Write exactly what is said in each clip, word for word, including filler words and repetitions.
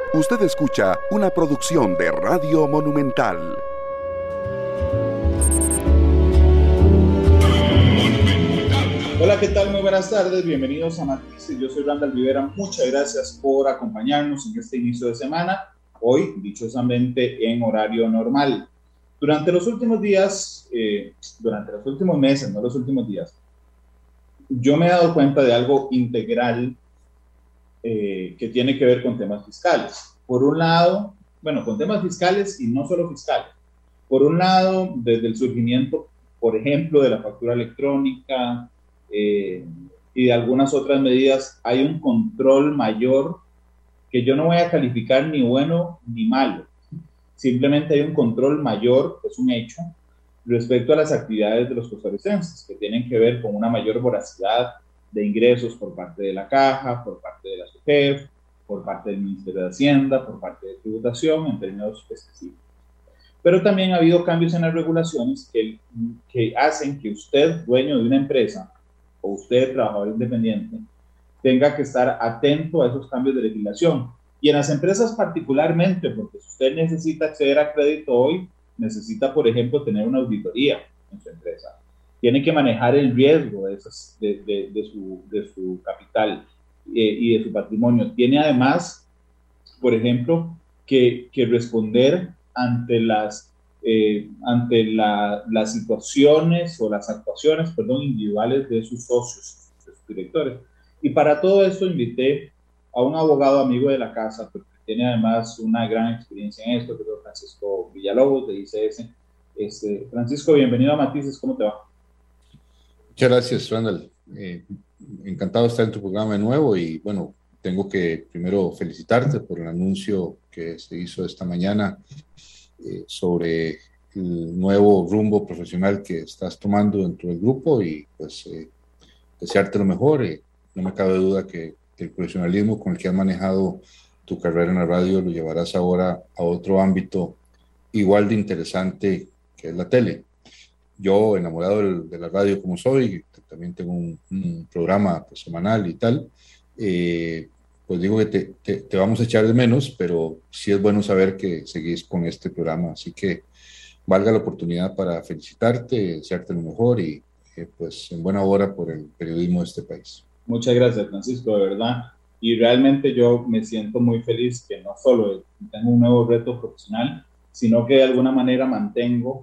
Usted escucha una producción de Radio Monumental. Hola, ¿qué tal? Muy buenas tardes, bienvenidos a Matices. Yo soy Randall Rivera, muchas gracias por acompañarnos en este inicio de semana, hoy dichosamente en horario normal. Durante los últimos días, eh, durante los últimos meses, no los últimos días, yo me he dado cuenta de algo integral eh, que tiene que ver con temas fiscales. Por un lado, bueno, con temas fiscales y no solo fiscales. Por un lado, desde el surgimiento, por ejemplo, de la factura electrónica, Eh, y de algunas otras medidas, hay un control mayor que yo no voy a calificar ni bueno ni malo. Simplemente hay un control mayor, es un hecho, respecto a las actividades de los costarricenses, que tienen que ver con una mayor voracidad de ingresos por parte de la Caja, por parte de la SUGEF, por parte del Ministerio de Hacienda, por parte de Tributación, en términos específicos. Pero también ha habido cambios en las regulaciones que, que hacen que usted, dueño de una empresa, o usted, trabajador independiente, tenga que estar atento a esos cambios de legislación. Y en las empresas particularmente, porque si usted necesita acceder a crédito hoy, necesita, por ejemplo, tener una auditoría en su empresa. Tiene que manejar el riesgo de, esas, de, de, de, su, de su capital eh, y de su patrimonio. Tiene además, por ejemplo, que, que responder ante las Eh, ante la, las situaciones o las actuaciones, perdón, individuales de sus socios, de sus directores. Y para todo esto invité a un abogado amigo de la casa, porque tiene además una gran experiencia en esto, que es Francisco Villalobos, de I C S. Este, Francisco, bienvenido a Matices, ¿cómo te va? Muchas gracias, Randall. Eh, encantado de estar en tu programa de nuevo y bueno, tengo que primero felicitarte por el anuncio que se hizo esta mañana Eh, sobre el nuevo rumbo profesional que estás tomando dentro del grupo y pues eh, desearte lo mejor. Eh, no me cabe duda que, que el profesionalismo con el que has manejado tu carrera en la radio lo llevarás ahora a otro ámbito igual de interesante que es la tele. Yo, enamorado del, de la radio como soy, también tengo un, un programa pues, semanal y tal, eh, pues digo que te, te, te vamos a echar de menos, pero sí es bueno saber que seguís con este programa, así que valga la oportunidad para felicitarte, desearte lo mejor y eh, pues en buena hora por el periodismo de este país. Muchas gracias, Francisco, de verdad, y realmente yo me siento muy feliz que no solo tengo un nuevo reto profesional, sino que de alguna manera mantengo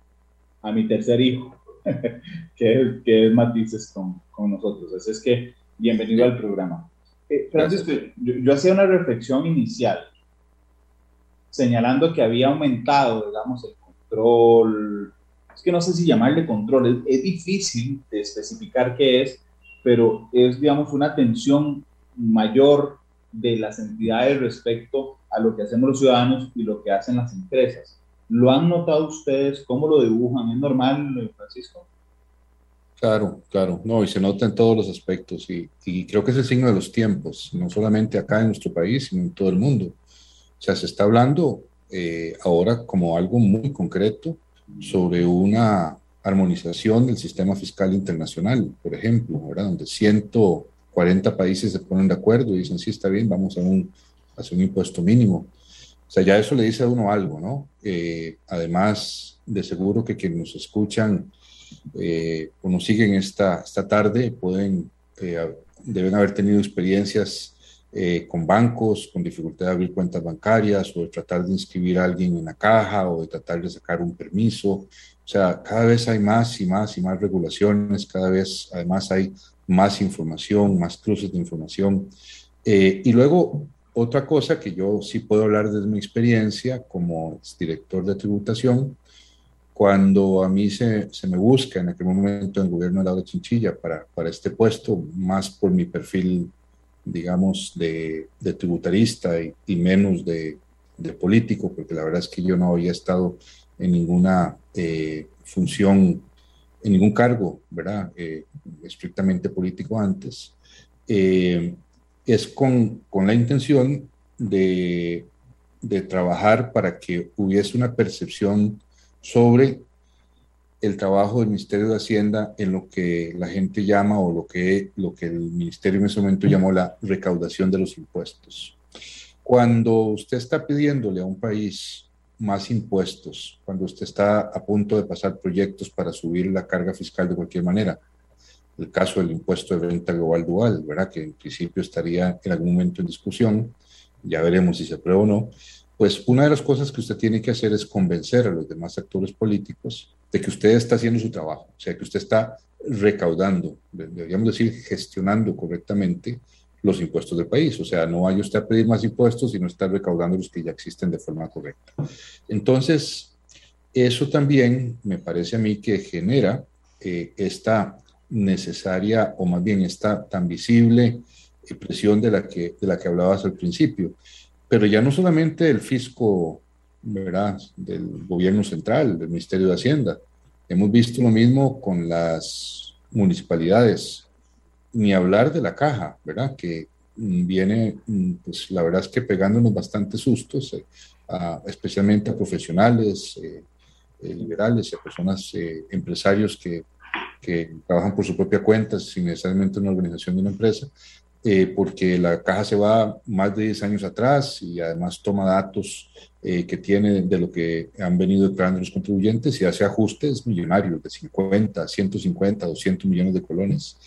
a mi tercer hijo, que, es, que es Matices con, con nosotros, así es que bienvenido sí. al programa. Eh, Francisco, yo, yo hacía una reflexión inicial señalando que había aumentado, digamos, el control. Es que no sé si llamarle control, es, es difícil de especificar qué es, pero es, digamos, una atención mayor de las entidades respecto a lo que hacemos los ciudadanos y lo que hacen las empresas. ¿Lo han notado ustedes? ¿Cómo lo dibujan? ¿Es normal, Francisco? Claro, claro, no, y se nota en todos los aspectos y, y creo que es el signo de los tiempos, no solamente acá en nuestro país, sino en todo el mundo. O sea, se está hablando eh, ahora como algo muy concreto sobre una armonización del sistema fiscal internacional, por ejemplo, ¿verdad? Donde ciento cuarenta países se ponen de acuerdo y dicen, sí, está bien, vamos a un, a hacer un impuesto mínimo. O sea, ya eso le dice a uno algo, ¿no? Eh, además, de seguro que quienes nos escuchan Eh, o nos siguen esta, esta tarde, pueden, eh, deben haber tenido experiencias eh, con bancos, con dificultad de abrir cuentas bancarias o de tratar de inscribir a alguien en la caja o de tratar de sacar un permiso. O sea, cada vez hay más y más y más regulaciones, cada vez además hay más información, más cruces de información. Eh, y luego, otra cosa que yo sí puedo hablar desde mi experiencia como exdirector de tributación, cuando a mí se, se me busca en aquel momento en el gobierno de Laura Chinchilla para, para este puesto, más por mi perfil, digamos, de, de tributarista y, y menos de, de político, porque la verdad es que yo no había estado en ninguna eh, función, en ningún cargo, ¿verdad? Eh, estrictamente político antes. Eh, es con, con la intención de, de trabajar para que hubiese una percepción sobre el trabajo del Ministerio de Hacienda en lo que la gente llama o lo que, lo que el Ministerio en ese momento llamó la recaudación de los impuestos. Cuando usted está pidiéndole a un país más impuestos, cuando usted está a punto de pasar proyectos para subir la carga fiscal de cualquier manera, el caso del impuesto de renta global dual, ¿verdad? Que en principio estaría en algún momento en discusión, ya veremos si se aprueba o no, pues una de las cosas que usted tiene que hacer es convencer a los demás actores políticos de que usted está haciendo su trabajo, o sea, que usted está recaudando, deberíamos decir, gestionando correctamente los impuestos del país. O sea, no vaya usted a pedir más impuestos y no está recaudando los que ya existen de forma correcta. Entonces, eso también me parece a mí que genera eh, esta necesaria, o más bien esta tan visible eh, presión de la, que, de la que hablabas al principio. Pero ya no solamente el fisco, ¿verdad?, del gobierno central, del Ministerio de Hacienda. Hemos visto lo mismo con las municipalidades, ni hablar de la caja, ¿verdad?, que viene, pues la verdad es que pegándonos bastantes sustos, eh, a, especialmente a profesionales eh, eh, liberales y a personas, eh, empresarios que, que trabajan por su propia cuenta, sin necesariamente una organización de una empresa, eh, porque la caja se va más de diez años atrás y además toma datos eh, que tiene de lo que han venido declarando los contribuyentes y hace ajustes millonarios de cincuenta, ciento cincuenta, doscientos millones de colones.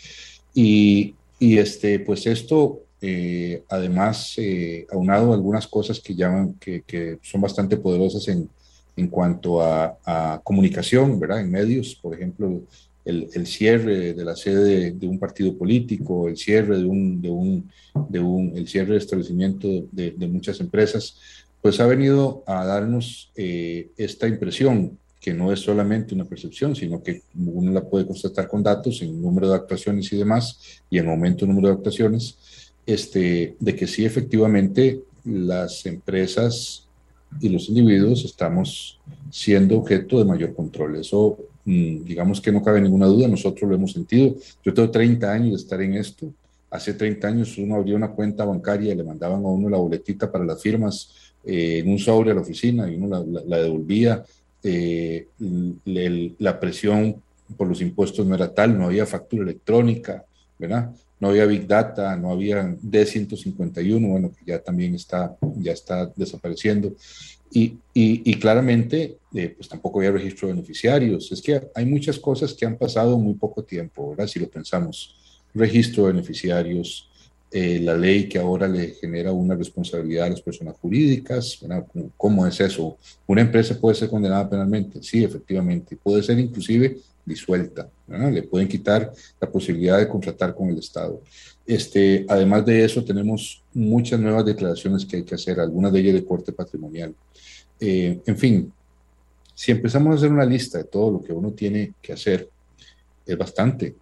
Y, y este, pues esto, eh, además, eh, aunado a algunas cosas que, llaman, que, que son bastante poderosas en, en cuanto a, a comunicación, ¿verdad?, en medios, por ejemplo, el, el cierre de la sede de un partido político, el cierre de un, de un, de un el cierre de establecimiento de, de muchas empresas, pues ha venido a darnos eh, esta impresión, que no es solamente una percepción, sino que uno la puede constatar con datos en número de actuaciones y demás, y en aumento del número de actuaciones, este, de que sí, efectivamente, las empresas y los individuos estamos siendo objeto de mayor control. Eso, digamos que no cabe ninguna duda, nosotros lo hemos sentido. Yo tengo treinta años de estar en esto. Hace treinta años uno abría una cuenta bancaria y le mandaban a uno la boletita para las firmas eh, en un sobre a la oficina y uno la, la, la devolvía. Eh, el, la presión por los impuestos no era tal, no había factura electrónica, ¿verdad? No había Big Data, no había D ciento cincuenta y uno, bueno, que ya también está, ya está desapareciendo. Y, y, y claramente, eh, pues tampoco había registro de beneficiarios. Es que hay muchas cosas que han pasado en muy poco tiempo, ¿verdad? Si lo pensamos. Registro de beneficiarios, eh, la ley que ahora le genera una responsabilidad a las personas jurídicas, ¿verdad? ¿Cómo, ¿Cómo es eso? ¿Una empresa puede ser condenada penalmente? Sí, efectivamente. Puede ser inclusive disuelta, ¿verdad? Le pueden quitar la posibilidad de contratar con el Estado. Este, además de eso, tenemos muchas nuevas declaraciones que hay que hacer, algunas de ellas de corte patrimonial. Eh, en fin, si empezamos a hacer una lista de todo lo que uno tiene que hacer, es bastante.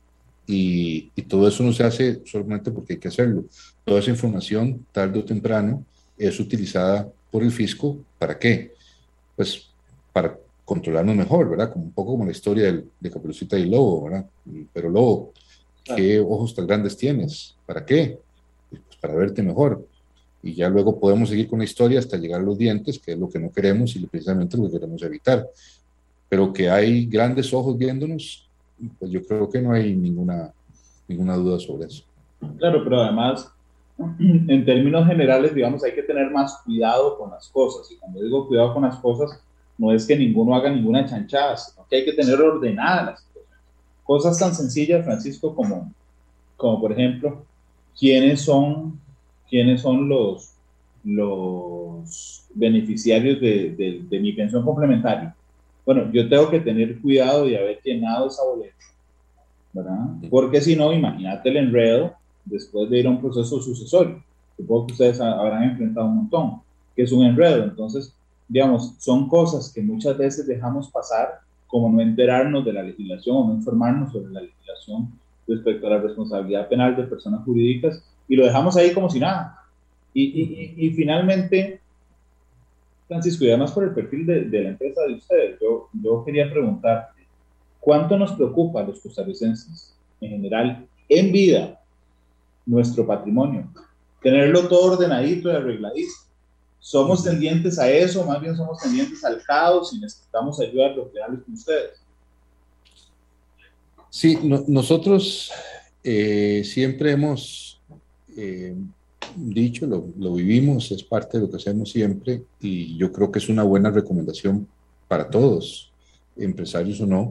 Y, y todo eso no se hace solamente porque hay que hacerlo. Toda esa información, tarde o temprano, es utilizada por el fisco. ¿Para qué? Pues para controlarnos mejor, ¿verdad? Como un poco como la historia del, de Caperucita y el Lobo, ¿verdad? Pero Lobo, ¿qué ojos tan grandes tienes? ¿Para qué? Pues para verte mejor. Y ya luego podemos seguir con la historia hasta llegar a los dientes, que es lo que no queremos y precisamente lo que queremos evitar. Pero que hay grandes ojos viéndonos, pues yo creo que no hay ninguna, ninguna duda sobre eso. Claro, pero además, en términos generales, digamos, hay que tener más cuidado con las cosas. Y cuando digo cuidado con las cosas, no es que ninguno haga ninguna chanchada, sino que hay que tener ordenadas las cosas. Cosas tan sencillas, Francisco, como, como por ejemplo, quiénes son, quiénes son los, los beneficiarios de, de, de mi pensión complementaria. Bueno, yo tengo que tener cuidado de haber llenado esa boleta, ¿verdad? Porque si no, imagínate el enredo después de ir a un proceso sucesorio. Supongo que ustedes habrán enfrentado un montón, que es un enredo. Entonces, digamos, son cosas que muchas veces dejamos pasar, como no enterarnos de la legislación o no informarnos sobre la legislación respecto a la responsabilidad penal de personas jurídicas, y lo dejamos ahí como si nada. Y, y, y, y finalmente, Francisco, y además por el perfil de, de la empresa de ustedes, yo, yo quería preguntarte, ¿cuánto nos preocupa a los costarricenses en general, en vida, nuestro patrimonio? Tenerlo todo ordenadito y arregladito. ¿Somos tendientes a eso? Más bien somos tendientes al caos y necesitamos ayuda de profesionales como ustedes. Sí, no, nosotros eh, siempre hemos, eh, dicho, lo, lo vivimos, es parte de lo que hacemos siempre y yo creo que es una buena recomendación para todos, empresarios o no,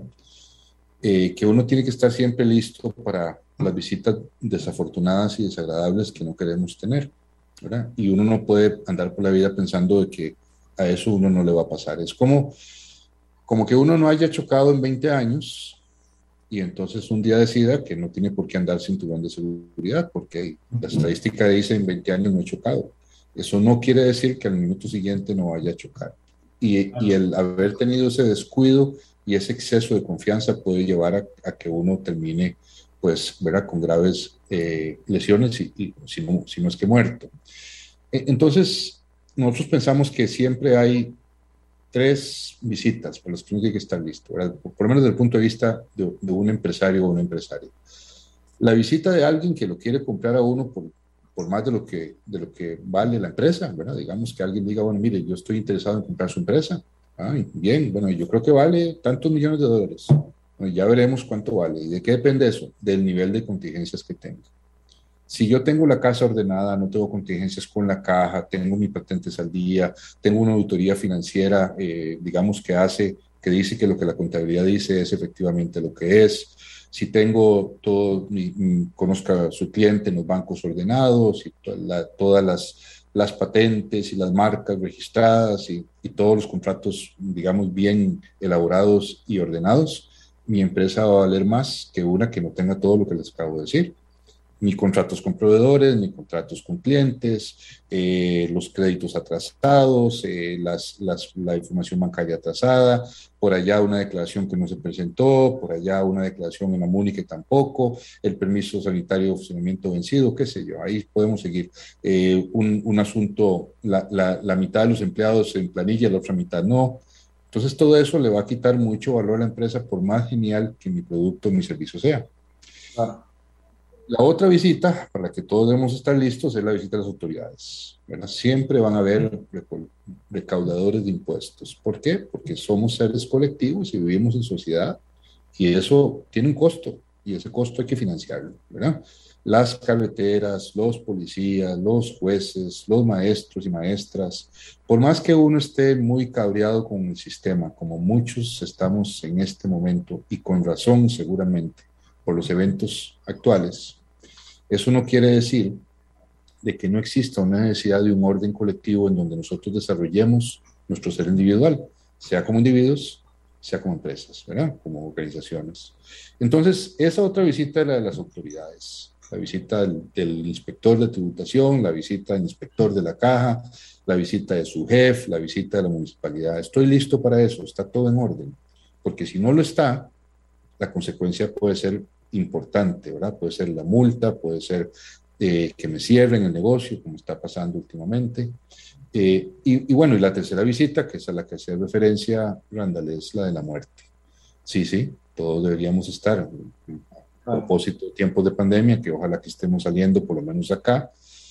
eh, que uno tiene que estar siempre listo para las visitas desafortunadas y desagradables que no queremos tener, ¿verdad? Y uno no puede andar por la vida pensando de que a eso uno no le va a pasar. Es como, como que uno no haya chocado en veinte años y entonces un día decida que no tiene por qué andar cinturón de seguridad, porque la estadística dice en veinte años no he chocado. Eso no quiere decir que al minuto siguiente no vaya a chocar. Y, y el haber tenido ese descuido y ese exceso de confianza puede llevar a, a que uno termine, pues, ¿verdad?, con graves eh, lesiones y, y si, no, si no es que muerto. Entonces, nosotros pensamos que siempre hay tres visitas para las que uno tiene que estar listo, ¿verdad? Por, por lo menos desde el punto de vista de, de un empresario o una empresaria. La visita de alguien que lo quiere comprar a uno por, por más de lo, que, de lo que vale la empresa, ¿verdad? Digamos que alguien diga, bueno, mire, yo estoy interesado en comprar su empresa. Ah, bien, bueno, yo creo que vale tantos millones de dólares. Bueno, ya veremos cuánto vale. ¿Y de qué depende eso? Del nivel de contingencias que tenga. Si yo tengo la casa ordenada, no tengo contingencias con la caja, tengo mis patentes al día, tengo una auditoría financiera, eh, digamos, que hace, que dice que lo que la contabilidad dice es efectivamente lo que es. Si tengo todo, mi, mi, conozca a su cliente en los bancos ordenados, y to la, todas las, las patentes y las marcas registradas y, y todos los contratos, digamos, bien elaborados y ordenados, mi empresa va a valer más que una que no tenga todo lo que les acabo de decir. Mis contratos con proveedores, mis contratos con clientes, eh, los créditos atrasados, eh, las, las, la información bancaria atrasada, por allá una declaración que no se presentó, por allá una declaración en la MUNI que tampoco, el permiso sanitario de funcionamiento vencido, qué sé yo, ahí podemos seguir. Eh, un, un asunto, la, la, la mitad de los empleados en planilla, la otra mitad no. Entonces todo eso le va a quitar mucho valor a la empresa por más genial que mi producto o mi servicio sea. Claro. La otra visita, para la que todos debemos estar listos, es la visita a las autoridades, ¿verdad? Siempre van a haber recaudadores de impuestos. ¿Por qué? Porque somos seres colectivos y vivimos en sociedad y eso tiene un costo y ese costo hay que financiarlo, ¿verdad? Las carreteras, los policías, los jueces, los maestros y maestras, por más que uno esté muy cabreado con el sistema, como muchos estamos en este momento y con razón seguramente, por los eventos actuales, eso no quiere decir de que no exista una necesidad de un orden colectivo en donde nosotros desarrollemos nuestro ser individual, sea como individuos, sea como empresas, ¿verdad? Como organizaciones. Entonces, esa otra visita es la de las autoridades, la visita del, del inspector de tributación, la visita del inspector de la caja, la visita de su jefe, la visita de la municipalidad. Estoy listo para eso, está todo en orden, porque si no lo está, la consecuencia puede ser importante, ¿verdad? Puede ser la multa, puede ser eh, que me cierren el negocio, como está pasando últimamente. Eh, y, y bueno, y la tercera visita, que es a la que hace referencia Randall, es la de la muerte. Sí, sí, todos deberíamos estar, a propósito de tiempos de pandemia, que ojalá que estemos saliendo, por lo menos acá,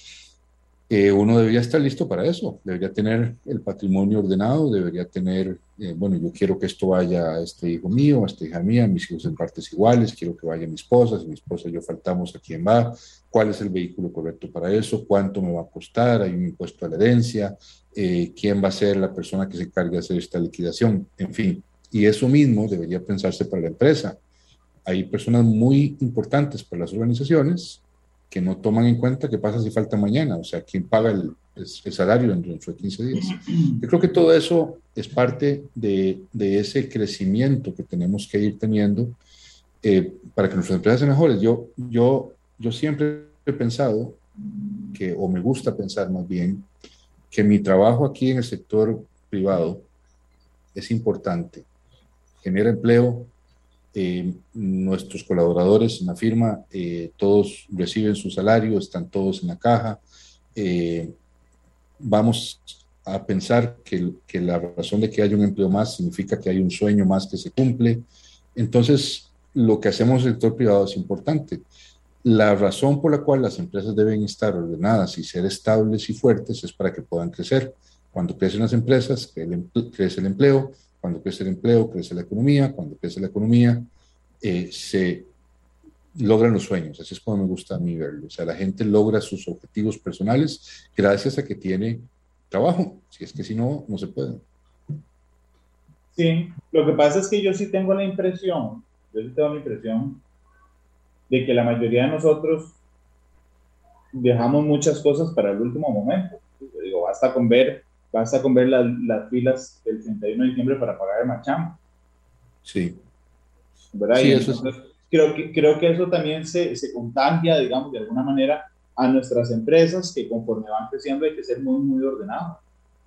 eh, uno debería estar listo para eso, debería tener el patrimonio ordenado, debería tener, eh, bueno, yo quiero que esto vaya a este hijo mío, a esta hija mía, mis hijos en partes iguales, quiero que vaya mi esposa, si mi esposa y yo faltamos, ¿a quién va? ¿Cuál es el vehículo correcto para eso? ¿Cuánto me va a costar? ¿Hay un impuesto a la herencia? Eh, ¿Quién va a ser la persona que se encargue de hacer esta liquidación? En fin, y eso mismo debería pensarse para la empresa. Hay personas muy importantes para las organizaciones que no toman en cuenta qué pasa si falta mañana, o sea, quién paga el, el salario dentro de quince días. Yo creo que todo eso es parte de, de ese crecimiento que tenemos que ir teniendo eh, para que nuestras empresas sean mejores. Yo, yo, yo siempre he pensado que, o me gusta pensar más bien, que mi trabajo aquí en el sector privado es importante, genera empleo. Eh, nuestros colaboradores en la firma, eh, todos reciben su salario, están todos en la caja. Eh, vamos a pensar que, que la razón de que haya un empleo más significa que hay un sueño más que se cumple. Entonces, lo que hacemos en el sector privado es importante. La razón por la cual las empresas deben estar ordenadas y ser estables y fuertes es para que puedan crecer. Cuando crecen las empresas, crece el empleo. Cuando crece el empleo, crece la economía. Cuando crece la economía, eh, se logran los sueños, así es como me gusta a mí verlo. O sea, la gente logra sus objetivos personales gracias a que tiene trabajo. Si es que si no, no se puede. Sí, lo que pasa es que yo sí tengo la impresión, yo sí tengo la impresión de que la mayoría de nosotros dejamos muchas cosas para el último momento. Yo digo, basta con ver, basta con ver las, las filas del treinta y uno de diciembre para pagar el marchamo. Sí. ¿Verdad? Sí, Y eso es. entonces creo que, creo que eso también se, se contagia, digamos, de alguna manera a nuestras empresas, que conforme van creciendo hay que ser muy, muy ordenados.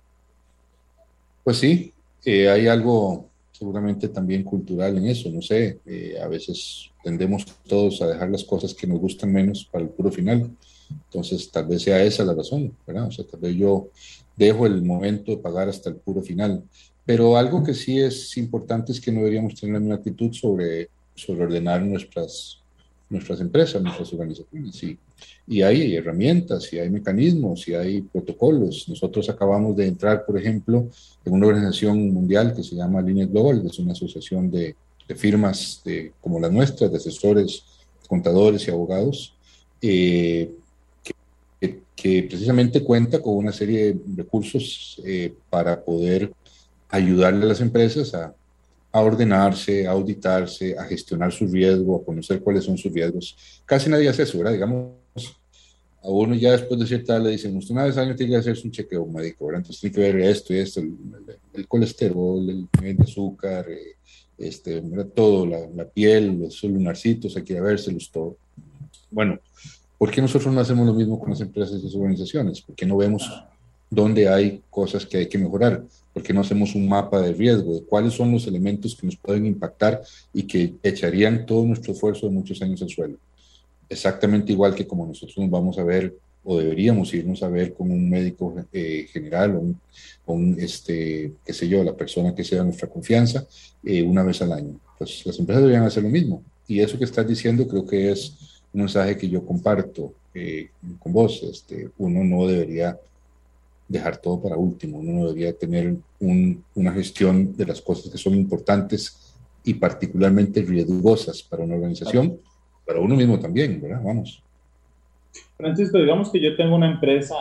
Pues sí, eh, hay algo seguramente también cultural en eso, no sé, eh, a veces tendemos todos a dejar las cosas que nos gustan menos para el puro final, entonces tal vez sea esa la razón, ¿verdad? O sea, tal vez yo dejo el momento de pagar hasta el puro final, pero algo que sí es importante es que no deberíamos tener la misma actitud sobre, sobre ordenar nuestras, nuestras empresas, nuestras organizaciones, sí. Y hay herramientas, y hay mecanismos, y hay protocolos. Nosotros acabamos de entrar, por ejemplo, en una organización mundial que se llama Línea Global, que es una asociación de, de firmas de, como las nuestras, de asesores, contadores y abogados, eh, que, que, que, precisamente cuenta con una serie de recursos eh, para poder ayudarle a las empresas a, a ordenarse, a auditarse, a gestionar su riesgo, a conocer cuáles son sus riesgos. Casi nadie hace eso, ¿verdad? Digamos, a uno ya después de cierta edad le dicen, usted una vez al año tiene que hacerse un chequeo médico, ¿verdad? Entonces tiene que ver esto y esto, el, el, el colesterol, el nivel de azúcar, eh, este, todo, la, la piel, los lunarcitos, hay que ir a vérselos, todo. Bueno, ¿por qué nosotros no hacemos lo mismo con las empresas y las organizaciones? ¿Por qué no vemos dónde hay cosas que hay que mejorar? ¿Por qué no hacemos un mapa de riesgo de cuáles son los elementos que nos pueden impactar y que echarían todo nuestro esfuerzo de muchos años al suelo? Exactamente igual que como nosotros nos vamos a ver o deberíamos irnos a ver con un médico eh, general o un, o un, este, qué sé yo, la persona que sea de nuestra confianza, eh, una vez al año. Pues las empresas deberían hacer lo mismo. Y eso que estás diciendo creo que es un mensaje que yo comparto eh, con vos. Este, uno no debería dejar todo para último, uno no debería tener un, una gestión de las cosas que son importantes y particularmente riesgosas para una organización, para uno mismo también, ¿verdad? Vamos. Francisco, digamos que yo tengo una empresa,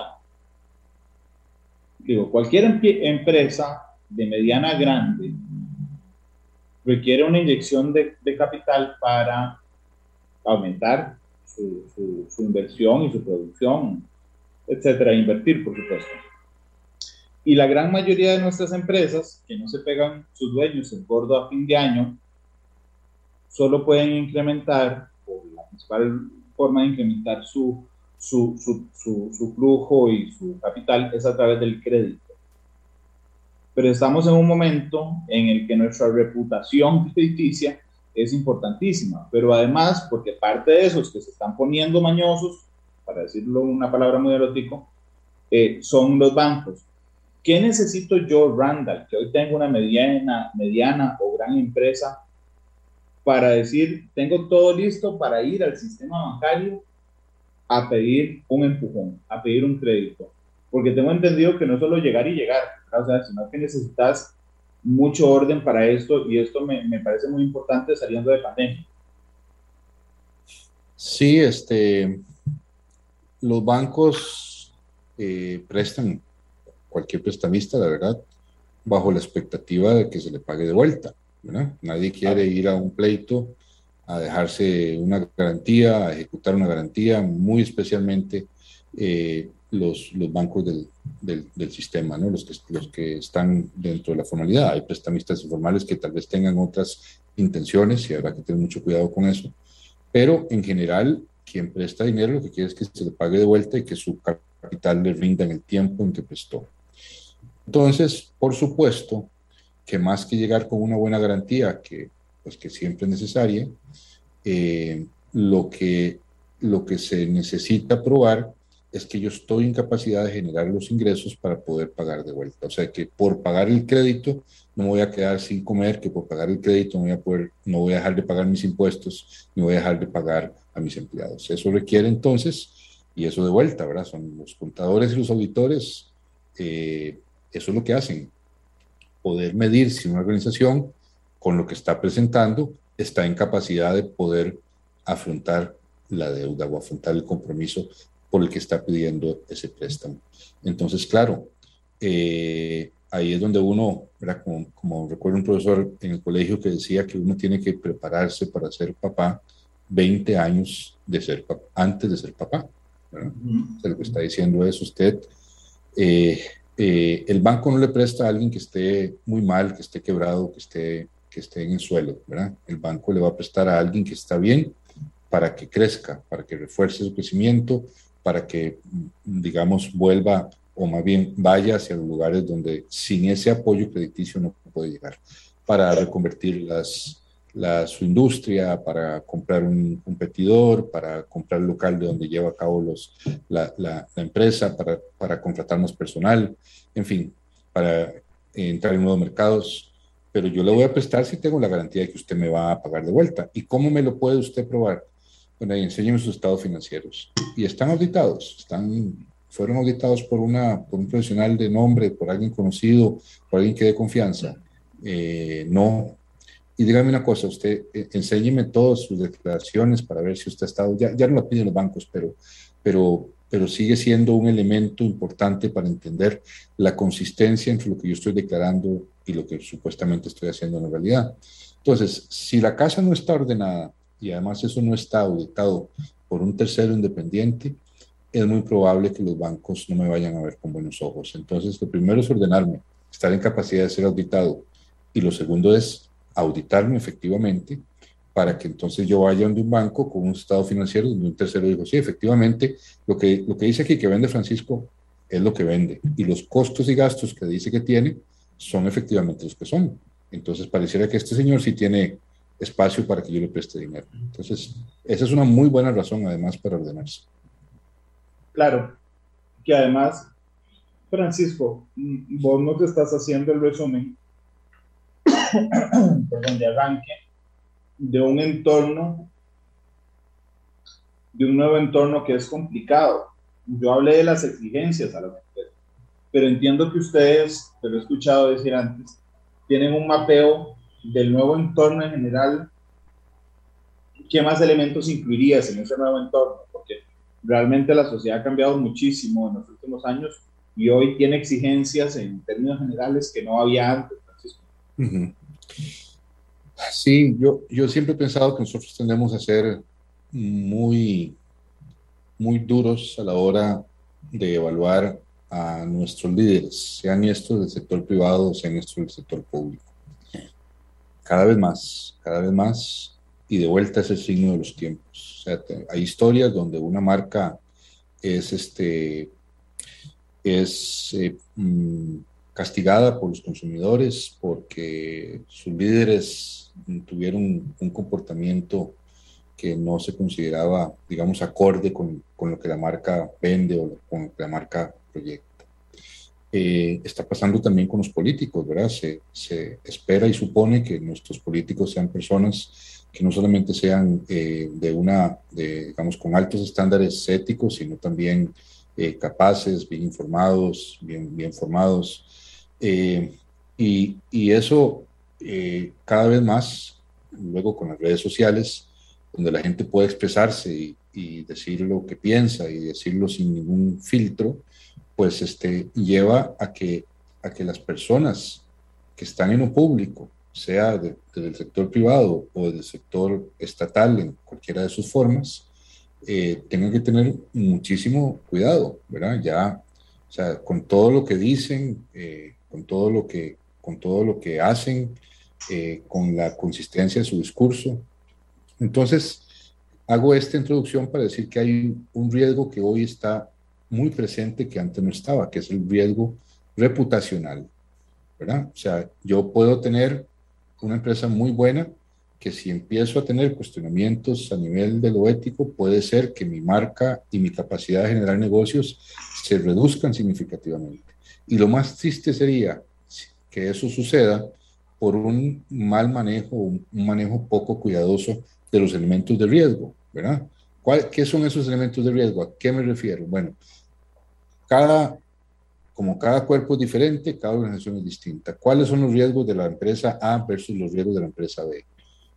digo, cualquier empresa de mediana a grande requiere una inyección de, de capital para aumentar su, su, su inversión y su producción, etcétera, invertir, por supuesto. Y la gran mayoría de nuestras empresas, que no se pegan sus dueños el gordo a fin de año, solo pueden incrementar, o la principal forma de incrementar su, su, su, su, su flujo y su capital es a través del crédito. Pero estamos en un momento en el que nuestra reputación crediticia es importantísima, pero además, porque parte de esos que se están poniendo mañosos, para decirlo una palabra muy erótico, eh, son los bancos. ¿Qué necesito yo, Randall, que hoy tengo una mediana, mediana o gran empresa, para decir, tengo todo listo para ir al sistema bancario a pedir un empujón, a pedir un crédito? Porque tengo entendido que no es solo llegar y llegar, ¿verdad? O sea, sino que necesitas mucho orden para esto, y esto me, me parece muy importante saliendo de pandemia. Sí, este, los bancos eh, prestan cualquier prestamista, la verdad, bajo la expectativa de que se le pague de vuelta, ¿verdad? Nadie quiere ir a un pleito a dejarse una garantía, a ejecutar una garantía, muy especialmente eh, los, los bancos del, del, del sistema, ¿no? Los que, los que están dentro de la formalidad. Hay prestamistas informales que tal vez tengan otras intenciones y habrá que tener mucho cuidado con eso, pero en general, quien presta dinero lo que quiere es que se le pague de vuelta y que su capital le rinda en el tiempo en que prestó. Entonces, por supuesto, que más que llegar con una buena garantía, que, pues, que siempre es necesaria, eh, lo, que, lo que se necesita probar es que yo estoy en capacidad de generar los ingresos para poder pagar de vuelta. O sea, que por pagar el crédito no me voy a quedar sin comer, que por pagar el crédito no voy a, poder, no voy a dejar de pagar mis impuestos, ni voy a dejar de pagar a mis empleados. Eso requiere entonces, y eso de vuelta, ¿verdad? Son los contadores y los auditores, eh, eso es lo que hacen, poder medir si una organización con lo que está presentando está en capacidad de poder afrontar la deuda o afrontar el compromiso por el que está pidiendo ese préstamo. Entonces, claro, eh, ahí es donde uno, ¿verdad? Como, como recuerdo un profesor en el colegio que decía que uno tiene que prepararse para ser papá veinte años de ser papá, antes de ser papá, ¿verdad? Uh-huh. O sea, lo que está diciendo es usted, eh, eh, el banco no le presta a alguien que esté muy mal, que esté quebrado, que esté, que esté en el suelo, ¿verdad? El banco le va a prestar a alguien que está bien para que crezca, para que refuerce su crecimiento, para que, digamos, vuelva o más bien vaya hacia los lugares donde sin ese apoyo crediticio no puede llegar, para reconvertir las, la, su industria, para comprar un competidor, para comprar el local de donde lleva a cabo los, la, la, la empresa, para, para contratar más personal, en fin, para entrar en nuevos mercados. Pero yo le voy a prestar si tengo la garantía de que usted me va a pagar de vuelta. ¿Y cómo me lo puede usted probar? Bueno, ahí enséñeme sus estados financieros. Y están auditados, están... fueron auditados por, una, por un profesional de nombre, por alguien conocido, por alguien que dé confianza. Eh, no. Y dígame una cosa, usted, eh, enséñeme todas sus declaraciones para ver si usted ha estado, ya, ya no la piden los bancos, pero, pero, pero sigue siendo un elemento importante para entender la consistencia entre lo que yo estoy declarando y lo que supuestamente estoy haciendo en la realidad. Entonces, si la casa no está ordenada y además eso no está auditado por un tercero independiente, es muy probable que los bancos no me vayan a ver con buenos ojos. Entonces, lo primero es ordenarme, estar en capacidad de ser auditado. Y lo segundo es auditarme efectivamente para que entonces yo vaya donde un banco con un estado financiero donde un tercero dijo, sí, efectivamente, lo que, lo que dice aquí que vende Francisco es lo que vende. Y los costos y gastos que dice que tiene son efectivamente los que son. Entonces, pareciera que este señor sí tiene espacio para que yo le preste dinero. Entonces, esa es una muy buena razón, además, para ordenarse. Claro, que además, Francisco, vos no te estás haciendo el resumen, perdón, de arranque, de un entorno, de un nuevo entorno que es complicado. Yo hablé de las exigencias a las empresas, pero entiendo que ustedes, te lo he escuchado decir antes, tienen un mapeo del nuevo entorno en general. ¿Qué más elementos incluirías en ese nuevo entorno? Porque realmente la sociedad ha cambiado muchísimo en los últimos años y hoy tiene exigencias en términos generales que no había antes, Francisco. Uh-huh. Sí, yo, yo siempre he pensado que nosotros tendemos a ser muy, muy duros a la hora de evaluar a nuestros líderes, sean estos del sector privado o sean estos del sector público. Cada vez más, cada vez más, y de vuelta es el signo de los tiempos. O sea, te, hay historias donde una marca es, este, es eh, mmm, castigada por los consumidores porque sus líderes tuvieron un comportamiento que no se consideraba, digamos, acorde con, con lo que la marca vende o con lo que la marca proyecta. Eh, está pasando también con los políticos, ¿verdad? Se, se espera y supone que nuestros políticos sean personas que no solamente sean eh, de una, de, digamos, con altos estándares éticos, sino también eh, capaces, bien informados, bien, bien formados. Eh, y, y eso eh, cada vez más, luego con las redes sociales, donde la gente puede expresarse y, y decir lo que piensa y decirlo sin ningún filtro, pues este, lleva a que, a que las personas que están en lo público, sea de, del sector privado o del sector estatal, en cualquiera de sus formas, eh, tengan que tener muchísimo cuidado, ¿verdad? Ya, o sea, con todo lo que dicen, eh, con todo lo que, con todo lo que hacen, eh, con la consistencia de su discurso. Entonces, hago esta introducción para decir que hay un riesgo que hoy está muy presente que antes no estaba, que es el riesgo reputacional, ¿verdad? O sea, yo puedo tener una empresa muy buena que si empiezo a tener cuestionamientos a nivel de lo ético, puede ser que mi marca y mi capacidad de generar negocios se reduzcan significativamente. Y lo más triste sería que eso suceda por un mal manejo, un manejo poco cuidadoso de los elementos de riesgo, ¿verdad? ¿Cuál, ¿Qué son esos elementos de riesgo? ¿A qué me refiero? Bueno, cada, como cada cuerpo es diferente, cada organización es distinta. ¿Cuáles son los riesgos de la empresa A versus los riesgos de la empresa B?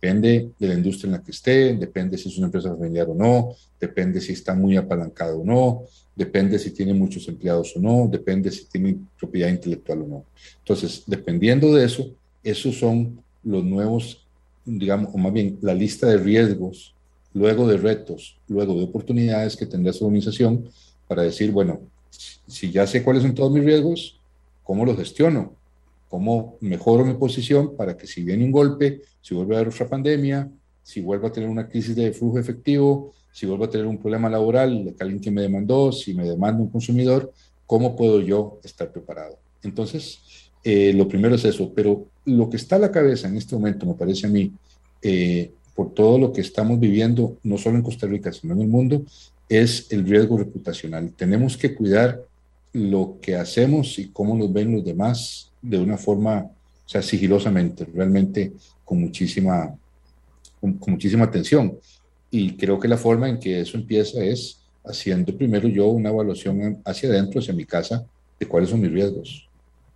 Depende de la industria en la que esté, depende si es una empresa familiar o no, depende si está muy apalancado o no, depende si tiene muchos empleados o no, depende si tiene propiedad intelectual o no. Entonces, dependiendo de eso, esos son los nuevos, digamos, o más bien la lista de riesgos, luego de retos, luego de oportunidades que tendrá su organización para decir, bueno, si ya sé cuáles son todos mis riesgos, ¿cómo los gestiono? ¿Cómo mejoro mi posición para que si viene un golpe, si vuelve a haber otra pandemia, si vuelvo a tener una crisis de flujo efectivo, si vuelvo a tener un problema laboral, de alguien que me demandó, si me demanda un consumidor, ¿cómo puedo yo estar preparado? Entonces, eh, lo primero es eso, pero lo que está a la cabeza en este momento, me parece a mí, eh, por todo lo que estamos viviendo, no solo en Costa Rica, sino en el mundo, es el riesgo reputacional. Tenemos que cuidar lo que hacemos y cómo nos ven los demás de una forma, o sea, sigilosamente, realmente con muchísima, con, con muchísima atención. Y creo que la forma en que eso empieza es haciendo primero yo una evaluación hacia adentro, hacia mi casa, de cuáles son mis riesgos.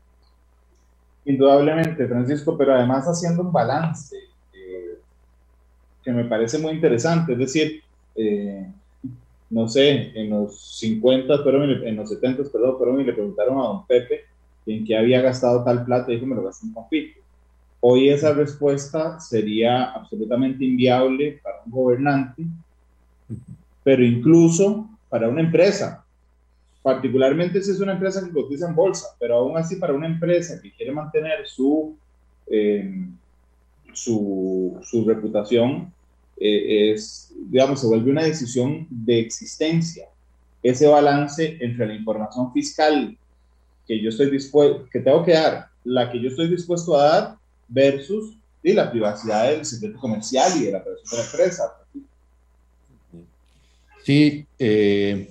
Indudablemente, Francisco, pero además haciendo un balance eh, que me parece muy interesante, es decir, eh, no sé, en los cincuenta, pero en los setenta, perdón, fueron y le preguntaron a don Pepe en qué había gastado tal plata y dijo, me lo gasté en confite. Hoy esa respuesta sería absolutamente inviable para un gobernante, pero incluso para una empresa, particularmente si es una empresa que cotiza en bolsa, pero aún así para una empresa que quiere mantener su, eh, su, su reputación, eh, es, digamos, se vuelve una decisión de existencia. Ese balance entre la información fiscal que yo estoy dispuesto, que tengo que dar, la que yo estoy dispuesto a dar versus y la privacidad del secreto comercial y de la operación de la empresa. Sí, eh,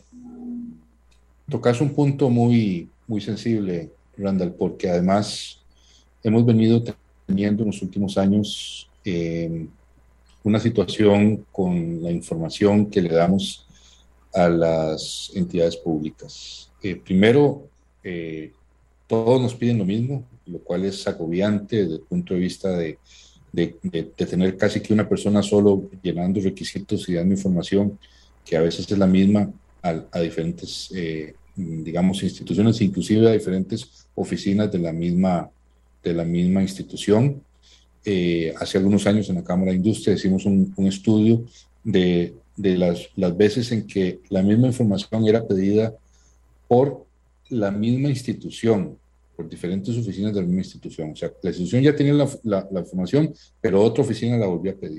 tocas un punto muy, muy sensible, Randall, porque además hemos venido teniendo en los últimos años eh, una situación con la información que le damos a las entidades públicas. Eh, primero, eh, todos nos piden lo mismo, lo cual es agobiante desde el punto de vista de, de, de, de tener casi que una persona solo llenando requisitos y dando información que a veces es la misma a, a diferentes, eh, digamos, instituciones, inclusive a diferentes oficinas de la misma, de la misma institución. Eh, hace algunos años en la Cámara de Industria hicimos un, un estudio de, de las, las veces en que la misma información era pedida por la misma institución, por diferentes oficinas de la misma institución. O sea, la institución ya tenía la, la, la información, pero otra oficina la volvía a pedir.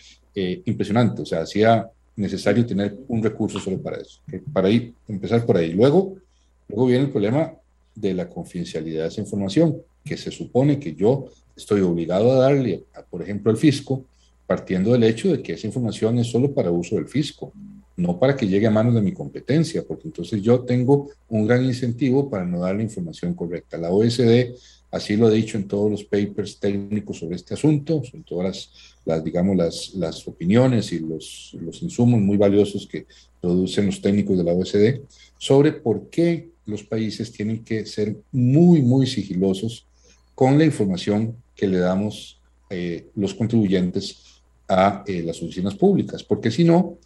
Eh, impresionante, o sea, hacía necesario tener un recurso solo para eso. Para ahí, empezar por ahí. Luego, luego viene el problema de la confidencialidad de esa información, que se supone que yo estoy obligado a darle, a, por ejemplo, al fisco, partiendo del hecho de que esa información es solo para uso del fisco, no para que llegue a manos de mi competencia, porque entonces yo tengo un gran incentivo para no dar la información correcta. La O E C D así lo ha dicho en todos los papers técnicos sobre este asunto, son todas las, las digamos, las, las opiniones y los, los insumos muy valiosos que producen los técnicos de la O E C D sobre por qué los países tienen que ser muy, muy sigilosos con la información que le damos eh, los contribuyentes a eh, las oficinas públicas, porque si no,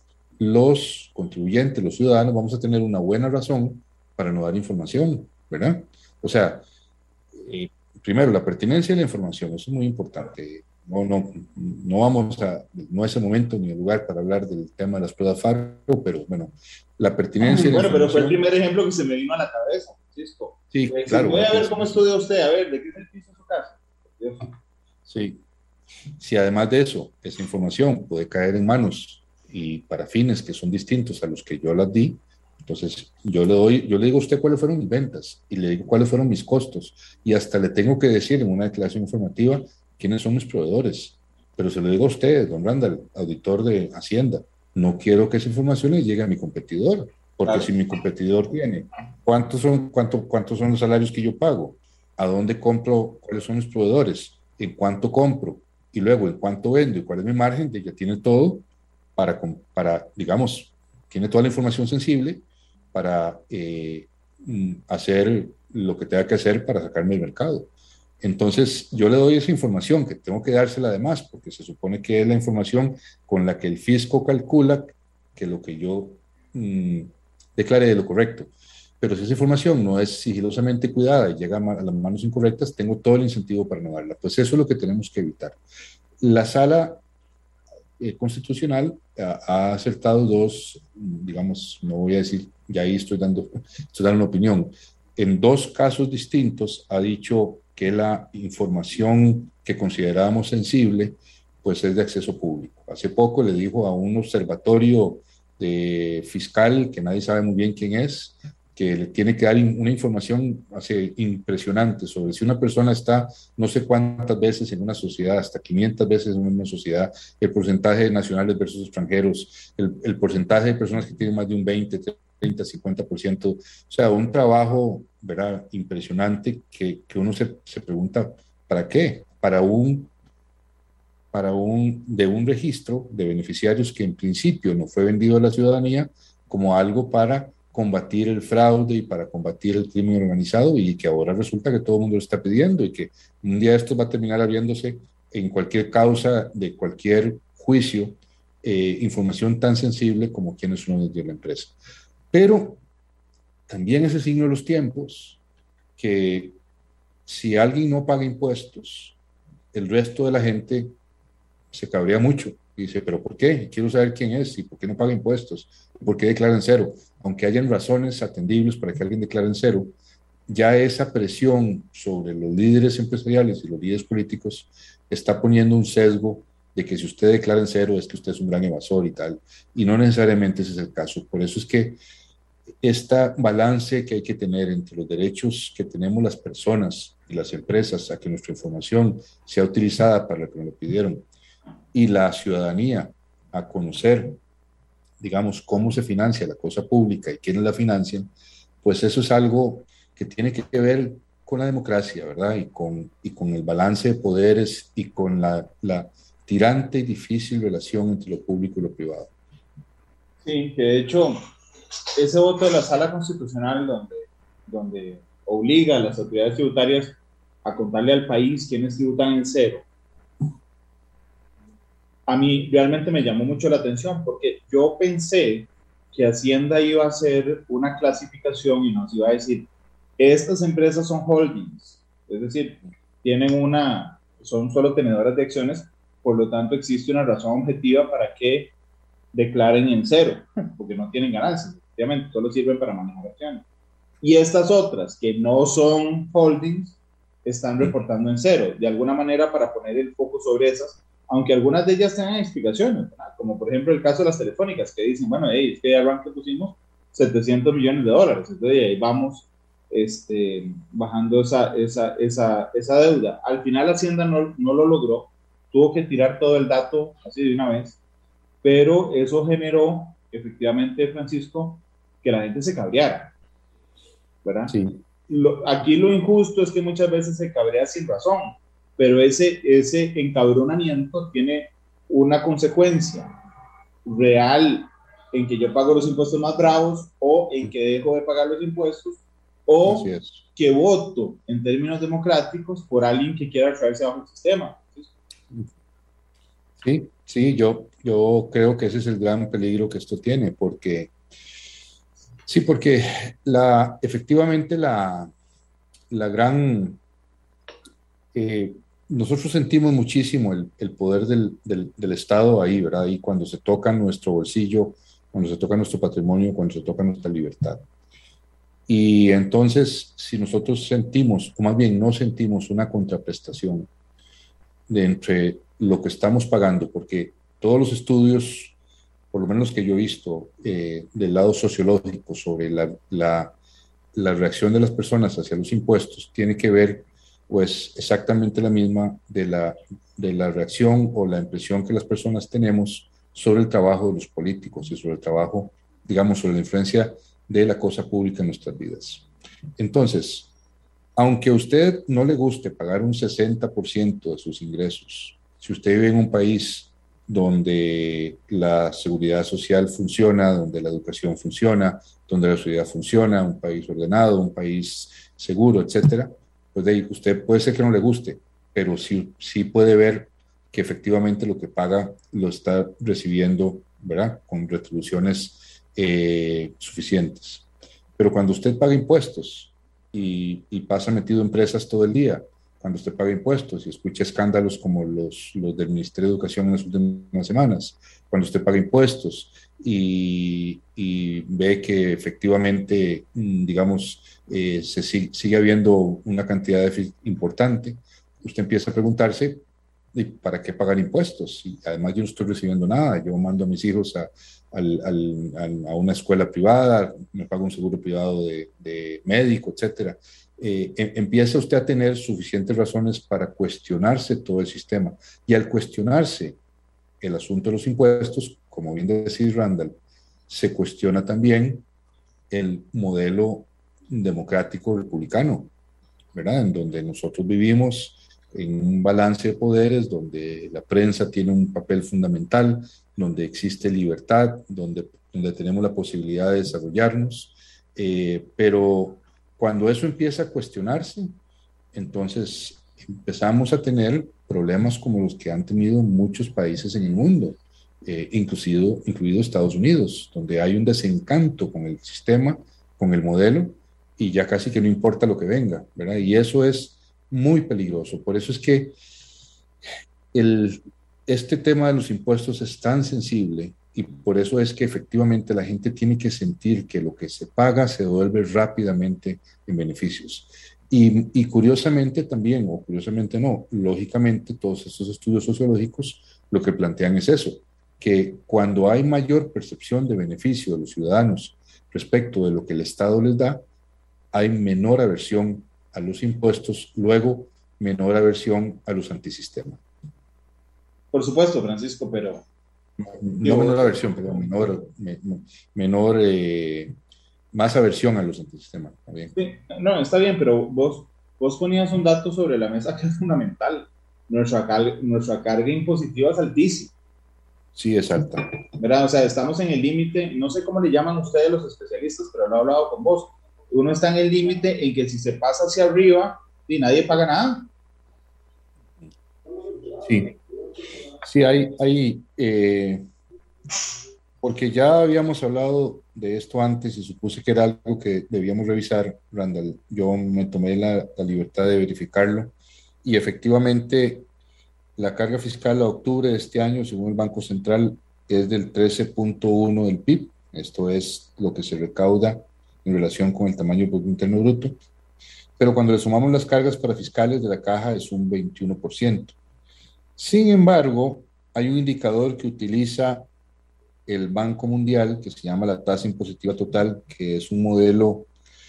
los contribuyentes, los ciudadanos, vamos a tener una buena razón para no dar información, ¿verdad? O sea, eh, primero, la pertinencia de la información, eso es muy importante. No, no, no vamos a, no es el momento ni el lugar para hablar del tema de las pruebas Faro, pero bueno, la pertinencia Bueno, de la pero fue el información. primer ejemplo que se me vino a la cabeza, Francisco. Sí, pues, claro. Voy a ver pues, cómo estudia usted, a ver, ¿de qué es el piso de su casa? Dios. Sí. Si además de eso, esa información puede caer en manos y para fines que son distintos a los que yo las di, entonces yo le doy, yo le digo a usted cuáles fueron mis ventas y le digo cuáles fueron mis costos y hasta le tengo que decir en una declaración informativa quiénes son mis proveedores. Pero se lo digo a usted, don Randall, auditor de Hacienda, no quiero que esa información le llegue a mi competidor, porque claro. Si mi competidor tiene cuántos son, cuánto, cuántos son los salarios que yo pago, a dónde compro, cuáles son los proveedores, en cuánto compro, y luego en cuánto vendo y cuál es mi margen, ya tiene todo para, para digamos, tiene toda la información sensible para eh, hacer lo que tenga que hacer para sacarme del mercado. Entonces, yo le doy esa información, que tengo que dársela además, porque se supone que es la información con la que el fisco calcula que lo que yo mmm, declare de lo correcto. Pero si esa información no es sigilosamente cuidada y llega a las manos incorrectas, tengo todo el incentivo para no darla. Pues eso es lo que tenemos que evitar. La sala eh, constitucional ha, ha acertado dos, digamos, no voy a decir, ya ahí estoy dando, estoy dando una opinión. En dos casos distintos ha dicho que la información que considerábamos sensible, pues es de acceso público. Hace poco le dijo a un observatorio de fiscal, que nadie sabe muy bien quién es, que le tiene que dar una información así, impresionante sobre si una persona está no sé cuántas veces en una sociedad, hasta quinientas veces en una sociedad, el porcentaje de nacionales versus extranjeros, el, el porcentaje de personas que tienen más de un veinte, treinta, cincuenta por ciento, o sea, un trabajo, ¿verdad?, impresionante que, que uno se, se pregunta, ¿para qué? Para un, para un, de un registro de beneficiarios que en principio no fue vendido a la ciudadanía como algo para combatir el fraude y para combatir el crimen organizado, y que ahora resulta que todo el mundo lo está pidiendo y que un día esto va a terminar abriéndose en cualquier causa de cualquier juicio, eh, información tan sensible como quiénes son los de la empresa. Pero también es el signo de los tiempos que si alguien no paga impuestos, el resto de la gente se cabrea mucho. Dice, ¿pero por qué? Quiero saber quién es y por qué no paga impuestos, por qué declara en cero. Aunque hayan razones atendibles para que alguien declare en cero, ya esa presión sobre los líderes empresariales y los líderes políticos está poniendo un sesgo de que si usted declara en cero es que usted es un gran evasor y tal, y no necesariamente ese es el caso. Por eso es que este balance que hay que tener entre los derechos que tenemos las personas y las empresas a que nuestra información sea utilizada para lo que nos lo pidieron, y la ciudadanía a conocer, digamos, cómo se financia la cosa pública y quiénes la financian, pues eso es algo que tiene que ver con la democracia, ¿verdad? Y con, y con el balance de poderes y con la, la tirante y difícil relación entre lo público y lo privado. Sí, que de hecho, ese voto de la Sala Constitucional donde, donde obliga a las autoridades tributarias a contarle al país quiénes tributan en cero, a mí realmente me llamó mucho la atención, porque yo pensé que Hacienda iba a hacer una clasificación y nos iba a decir, estas empresas son holdings, es decir, tienen una, son solo tenedoras de acciones, por lo tanto existe una razón objetiva para que declaren en cero, porque no tienen ganancias, efectivamente, solo sirven para manejar acciones. Y estas otras, que no son holdings, están reportando en cero, de alguna manera para poner el foco sobre esas, aunque algunas de ellas tengan explicaciones, ¿verdad? Como por ejemplo el caso de las telefónicas, que dicen, bueno, hey, es que de arranque pusimos setecientos millones de dólares, entonces ahí vamos este, bajando esa, esa, esa, esa deuda. Al final Hacienda no, no lo logró, tuvo que tirar todo el dato así de una vez, pero eso generó, efectivamente, Francisco, que la gente se cabreara, ¿verdad? Sí. Lo, aquí lo injusto es que muchas veces se cabrea sin razón, pero ese, ese encabronamiento tiene una consecuencia real en que yo pago los impuestos más bravos o en que dejo de pagar los impuestos o que voto en términos democráticos por alguien que quiera traerse bajo el sistema. Sí, sí, yo, yo creo que ese es el gran peligro que esto tiene, porque sí, porque la, efectivamente la, la gran... Eh, nosotros sentimos muchísimo el, el poder del, del, del Estado ahí, ¿verdad? Y cuando se toca nuestro bolsillo, cuando se toca nuestro patrimonio, cuando se toca nuestra libertad. Y entonces, si nosotros sentimos, o más bien no sentimos una contraprestación de entre lo que estamos pagando, porque todos los estudios, por lo menos los que yo he visto, eh, del lado sociológico sobre la, la, la reacción de las personas hacia los impuestos, tiene que ver pues exactamente la misma de la, de la reacción o la impresión que las personas tenemos sobre el trabajo de los políticos y sobre el trabajo, digamos, sobre la influencia de la cosa pública en nuestras vidas. Entonces, aunque a usted no le guste pagar un sesenta por ciento de sus ingresos, si usted vive en un país donde la seguridad social funciona, donde la educación funciona, donde la sociedad funciona, un país ordenado, un país seguro, etcétera, pues de ahí, usted puede ser que no le guste, pero sí, sí puede ver que efectivamente lo que paga lo está recibiendo, ¿verdad? Con retribuciones eh, suficientes. Pero cuando usted paga impuestos y, y pasa metido en empresas todo el día, cuando usted paga impuestos y escucha escándalos como los, los del Ministerio de Educación en las últimas semanas, cuando usted paga impuestos y, y ve que efectivamente, digamos, eh, se sigue, sigue habiendo una cantidad de déficit importante, usted empieza a preguntarse, ¿y para qué pagar impuestos? Y además yo no estoy recibiendo nada, yo mando a mis hijos a, al, al, a una escuela privada, me pago un seguro privado de, de médico, etcétera. Eh, empieza usted a tener suficientes razones para cuestionarse todo el sistema. Y al cuestionarse el asunto de los impuestos, como bien decía Randall, se cuestiona también el modelo democrático republicano, ¿verdad? En donde nosotros vivimos en un balance de poderes, donde la prensa tiene un papel fundamental, donde existe libertad, donde, donde tenemos la posibilidad de desarrollarnos, eh, pero cuando eso empieza a cuestionarse, entonces empezamos a tener problemas como los que han tenido muchos países en el mundo, eh, inclusive, incluido Estados Unidos, donde hay un desencanto con el sistema, con el modelo, y ya casi que no importa lo que venga, ¿verdad? Y eso es muy peligroso. Por eso es que el, este tema de los impuestos es tan sensible y por eso es que efectivamente la gente tiene que sentir que lo que se paga se devuelve rápidamente en beneficios. Y, y curiosamente también, o curiosamente no, lógicamente todos estos estudios sociológicos lo que plantean es eso, que cuando hay mayor percepción de beneficio de los ciudadanos respecto de lo que el Estado les da, hay menor aversión a los impuestos, luego menor aversión a los antisistemas. Por supuesto, Francisco, pero... No, no menor aversión, perdón, menor, me, menor eh, más aversión a los antisistemas. ¿Está bien? Sí, no, está bien, pero vos, vos ponías un dato sobre la mesa que es fundamental. Nuestra, car nuestra carga impositiva es altísima. Sí, es alta. ¿Verdad? O sea, estamos en el límite, no sé cómo le llaman ustedes los especialistas, pero lo he hablado con vos. Uno está en el límite en que si se pasa hacia arriba y nadie paga nada. Sí, sí, hay, hay eh, porque ya habíamos hablado de esto antes y supuse que era algo que debíamos revisar, Randall. Yo me tomé la, la libertad de verificarlo y efectivamente la carga fiscal a octubre de este año, según el Banco Central, es del trece punto uno del P I B. Esto es lo que se recauda en relación con el tamaño del Producto Interno Bruto. Pero cuando le sumamos las cargas para fiscales de la caja es un veintiuno por ciento. Sin embargo, hay un indicador que utiliza el Banco Mundial que se llama la tasa impositiva total, que es un modelo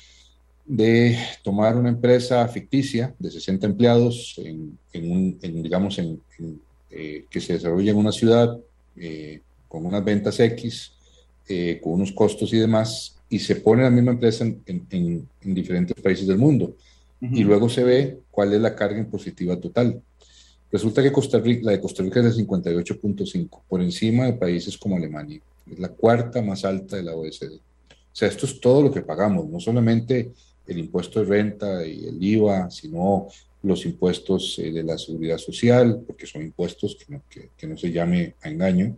de tomar una empresa ficticia de sesenta empleados en, en un, en, digamos, en, en, eh, que se desarrolla en una ciudad eh, con unas ventas X, eh, con unos costos y demás, y se pone la misma empresa en, en, en, en diferentes países del mundo. Uh-huh. Y luego se ve cuál es la carga impositiva total. Resulta que Costa Rica, la de Costa Rica es de cincuenta y ocho punto cinco, por encima de países como Alemania. Es la cuarta más alta de la O E C D. O sea, esto es todo lo que pagamos, no solamente el impuesto de renta y el I V A, sino los impuestos eh, de la seguridad social, porque son impuestos que no, que, que no se llame a engaño,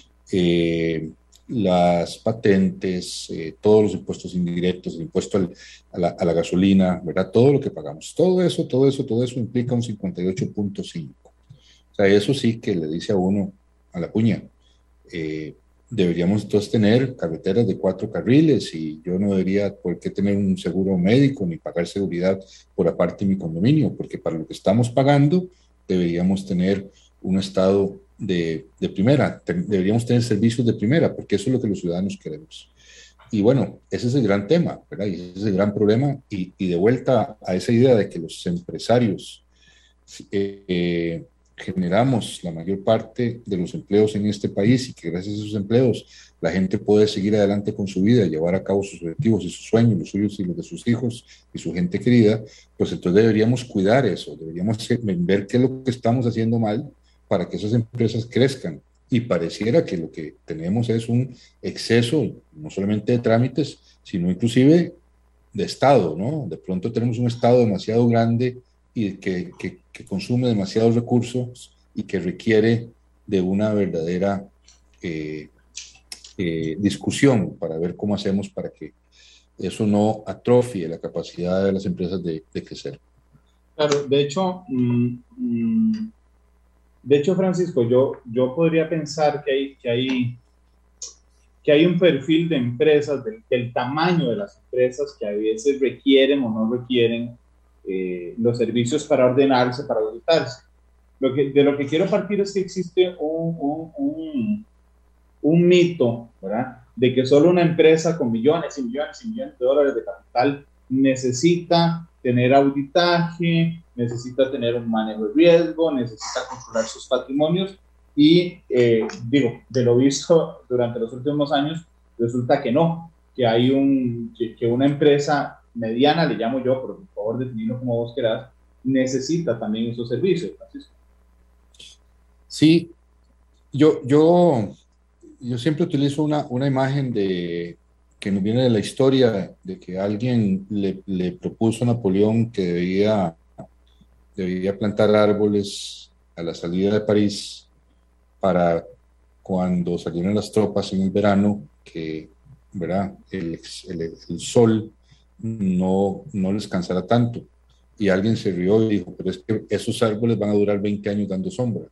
eh, las patentes, eh, todos los impuestos indirectos, el impuesto al, a, la, a la gasolina, ¿verdad? Todo lo que pagamos, todo eso, todo eso, todo eso implica un cincuenta y ocho punto cinco. O sea, eso sí que le dice a uno a la puña. Eh, deberíamos entonces tener carreteras de cuatro carriles y yo no debería por qué tener un seguro médico ni pagar seguridad por aparte de mi condominio, porque para lo que estamos pagando deberíamos tener un estado de, de primera, Ten, deberíamos tener servicios de primera, porque eso es lo que los ciudadanos queremos. Y bueno, ese es el gran tema, ¿verdad? Y ese es el gran problema y, y de vuelta a esa idea de que los empresarios eh, eh, generamos la mayor parte de los empleos en este país y que gracias a esos empleos la gente puede seguir adelante con su vida, llevar a cabo sus objetivos y sus sueños, los suyos y los de sus hijos y su gente querida, pues entonces deberíamos cuidar eso, deberíamos ver qué es lo que estamos haciendo mal para que esas empresas crezcan. Y pareciera que lo que tenemos es un exceso, no solamente de trámites, sino inclusive de Estado, ¿no? De pronto tenemos un Estado demasiado grande y que, que, que consume demasiados recursos y que requiere de una verdadera eh, eh, discusión para ver cómo hacemos para que eso no atrofie la capacidad de las empresas de, de crecer. Claro, de hecho, mmm, mmm, de hecho, Francisco, yo, yo podría pensar que hay, que hay, que hay un perfil de empresas, del, del tamaño de las empresas que a veces requieren o no requieren eh, los servicios para ordenarse, para auditarse. Lo que, de lo que quiero partir es que existe un, un, un, un mito, ¿verdad?, de que solo una empresa con millones y millones y millones de dólares de capital necesita tener auditaje, necesita tener un manejo de riesgo, necesita controlar sus patrimonios y, eh, digo, de lo visto durante los últimos años, resulta que no, que hay un, que, que una empresa mediana, le llamo yo, pero por favor definirlo como vos querás, necesita también esos servicios, Francisco. Sí, yo, yo, yo siempre utilizo una, una imagen de, que nos viene de la historia, de que alguien le, le propuso a Napoleón que debía, debía plantar árboles a la salida de París para cuando salieron las tropas en el verano, que, ¿verdad?, el, el, el sol no, no les cansara tanto. Y alguien se rió y dijo, pero es que esos árboles van a durar veinte años dando sombra.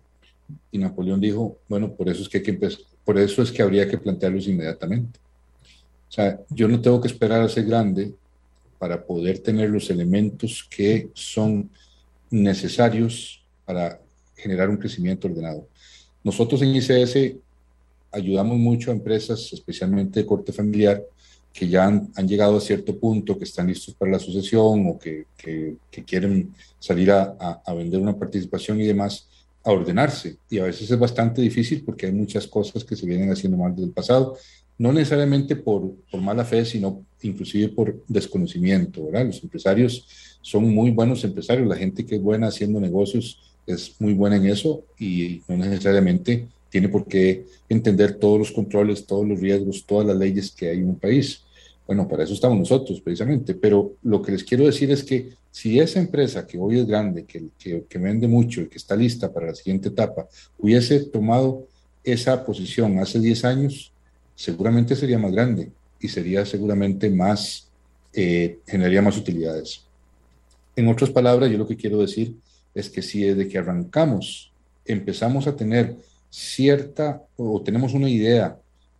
Y Napoleón dijo, bueno, por eso es que hay que empezar, por eso es que habría que plantearlos inmediatamente. O sea, yo no tengo que esperar a ser grande para poder tener los elementos que son necesarios para generar un crecimiento ordenado. Nosotros en I C S ayudamos mucho a empresas, especialmente de corte familiar, que ya han, han llegado a cierto punto, que están listos para la sucesión o que, que, que quieren salir a, a, a vender una participación y demás, a ordenarse. Y a veces es bastante difícil porque hay muchas cosas que se vienen haciendo mal del pasado, no necesariamente por, por mala fe, sino inclusive por desconocimiento, ¿verdad? Los empresarios son muy buenos empresarios, la gente que es buena haciendo negocios es muy buena en eso y no necesariamente tiene por qué entender todos los controles, todos los riesgos, todas las leyes que hay en un país. Bueno, para eso estamos nosotros precisamente, pero lo que les quiero decir es que si esa empresa que hoy es grande, que, que, que vende mucho y que está lista para la siguiente etapa, hubiese tomado esa posición hace diez años, seguramente sería más grande y sería seguramente más, eh, generaría más utilidades. En otras palabras, yo lo que quiero decir es que si desde que arrancamos empezamos a tener cierta, o tenemos una idea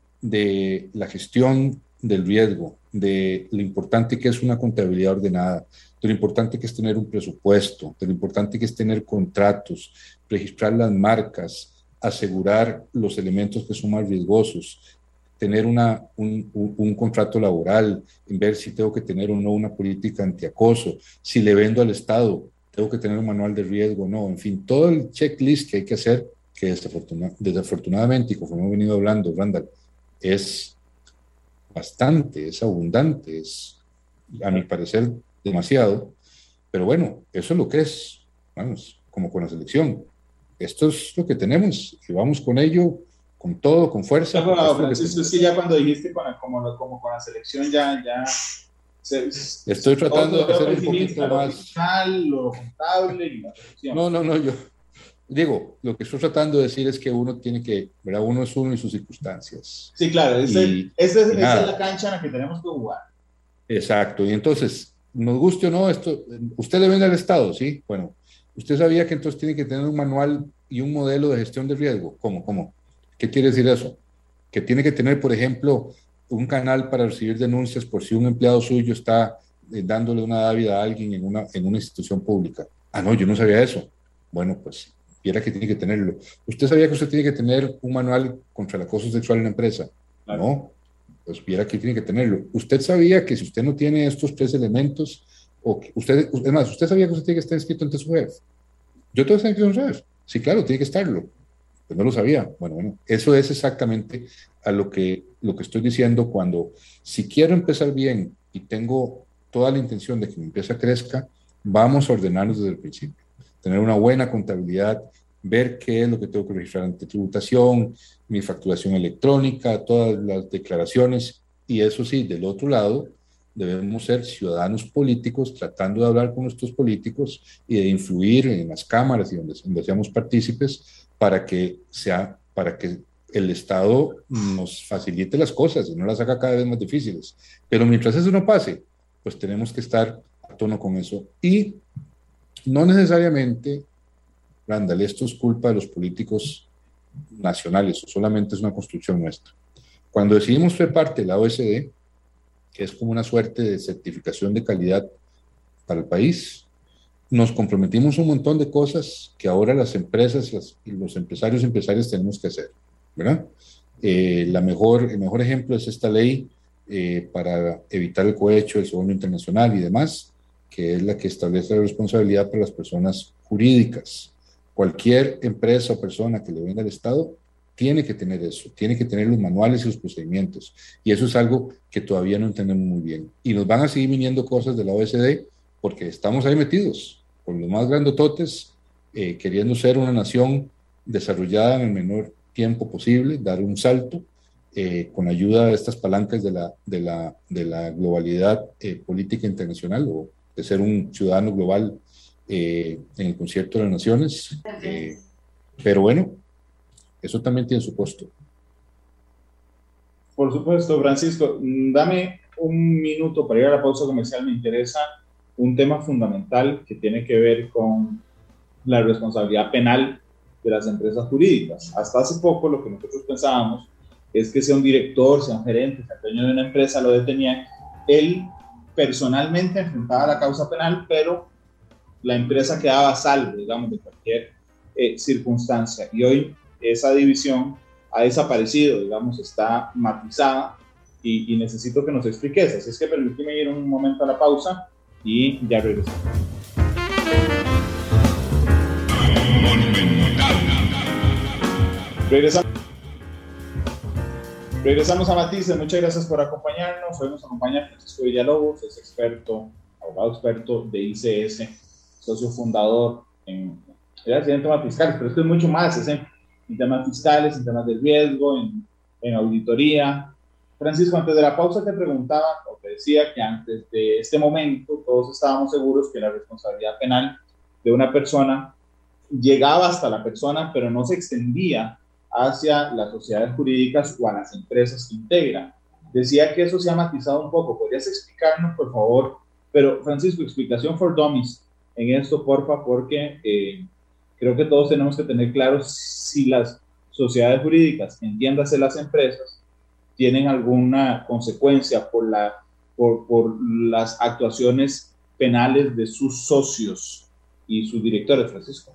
de la gestión del riesgo, de lo importante que es una contabilidad ordenada, de lo importante que es tener un presupuesto, de lo importante que es tener contratos, registrar las marcas, asegurar los elementos que son más riesgosos, tener una, un, un, un contrato laboral, ver si tengo que tener o no una política antiacoso, si le vendo al Estado, tengo que tener un manual de riesgo o no, en fin, todo el checklist que hay que hacer, que desafortuna, desafortunadamente, y como hemos venido hablando, Randall, es bastante, es abundante, es, a mi parecer, demasiado, pero bueno, eso es lo que es, vamos, como con la selección. Esto es lo que tenemos y vamos con ello, con todo, con fuerza. No, no, Francisco, es que ya cuando dijiste con la, como, como con la selección, ya, ya se, estoy tratando de hacer un poquito lo más. Fiscal, lo contable y la selección. No, no, no, yo digo, lo que estoy tratando de decir es que uno tiene que, ¿verdad? Uno es uno y sus circunstancias. Sí, claro, ese, y, ese, y esa es la cancha en la que tenemos que jugar. Exacto, y entonces, nos guste o no, esto, usted le vende al Estado, ¿sí? Bueno, usted sabía que entonces tiene que tener un manual y un modelo de gestión de riesgo. ¿Cómo? ¿Cómo? ¿Qué quiere decir eso? Que tiene que tener, por ejemplo, un canal para recibir denuncias por si un empleado suyo está eh, dándole una dávida a alguien en una, en una institución pública. Ah, no, yo no sabía eso. Bueno, pues, viera que tiene que tenerlo. ¿Usted sabía que usted tiene que tener un manual contra el acoso sexual en la empresa? Claro. No, pues viera que tiene que tenerlo. ¿Usted sabía que si usted no tiene estos tres elementos, o que usted, es más, ¿usted sabía que usted tiene que estar inscrito ante su jefe? Yo tengo que estar inscrito ante su jefe. Sí, claro, tiene que estarlo. Pues no lo sabía. Bueno, bueno, eso es exactamente a lo que, lo que estoy diciendo cuando, si quiero empezar bien y tengo toda la intención de que mi empresa crezca, vamos a ordenarnos desde el principio. Tener una buena contabilidad, ver qué es lo que tengo que registrar ante tributación, mi facturación electrónica, todas las declaraciones, y eso sí, del otro lado, debemos ser ciudadanos políticos tratando de hablar con nuestros políticos y de influir en las cámaras y donde, donde seamos partícipes para que, sea, para que el Estado nos facilite las cosas y no las haga cada vez más difíciles. Pero mientras eso no pase, pues tenemos que estar a tono con eso. Y no necesariamente, Randall, esto es culpa de los políticos nacionales o solamente es una construcción nuestra. Cuando decidimos ser parte de la O E C D, que es como una suerte de certificación de calidad para el país, nos comprometimos un montón de cosas que ahora las empresas las, y los empresarios y empresarias tenemos que hacer, ¿verdad? Eh, la mejor, el mejor ejemplo es esta ley eh, para evitar el cohecho, el soborno internacional y demás, que es la que establece la responsabilidad para las personas jurídicas. Cualquier empresa o persona que le venda al Estado tiene que tener eso, tiene que tener los manuales y los procedimientos, y eso es algo que todavía no entendemos muy bien. Y nos van a seguir viniendo cosas de la O E C D porque estamos ahí metidos, con los más grandototes, eh, queriendo ser una nación desarrollada en el menor tiempo posible, dar un salto, eh, con ayuda de estas palancas de la, de la, de la globalidad eh, política internacional, o de ser un ciudadano global eh, en el concierto de las naciones. Eh, pero bueno, eso también tiene su costo. Por supuesto, Francisco. Dame un minuto para ir a la pausa comercial. Me interesa un tema fundamental que tiene que ver con la responsabilidad penal de las empresas jurídicas. Hasta hace poco lo que nosotros pensábamos es que sea un director, sea un gerente, sea dueño de una empresa, lo detenían, él personalmente enfrentaba la causa penal, pero la empresa quedaba a salvo, digamos, de cualquier eh, circunstancia. Y hoy esa división ha desaparecido, digamos, está matizada y, y necesito que nos expliques. Así es que permíteme ir un momento a la pausa y ya regresamos. Regresamos. Regresamos a Matices. Muchas gracias por acompañarnos. Hoy nos acompaña Francisco Villalobos, es experto, abogado experto de I C S, socio fundador en, en temas fiscales, pero esto es mucho más, es en, en temas fiscales, en temas de riesgo, en, en auditoría. Francisco, antes de la pausa te preguntaba, o te decía que antes de este momento todos estábamos seguros que la responsabilidad penal de una persona llegaba hasta la persona, pero no se extendía hacia las sociedades jurídicas o a las empresas que integran. Decía que eso se ha matizado un poco. ¿Podrías explicarnos, por favor? Pero, Francisco, explicación for dummies en esto, porfa, porque eh, creo que todos tenemos que tener claro si las sociedades jurídicas, entiéndase las empresas, tienen alguna consecuencia por, la, por, por las actuaciones penales de sus socios y sus directores, Francisco.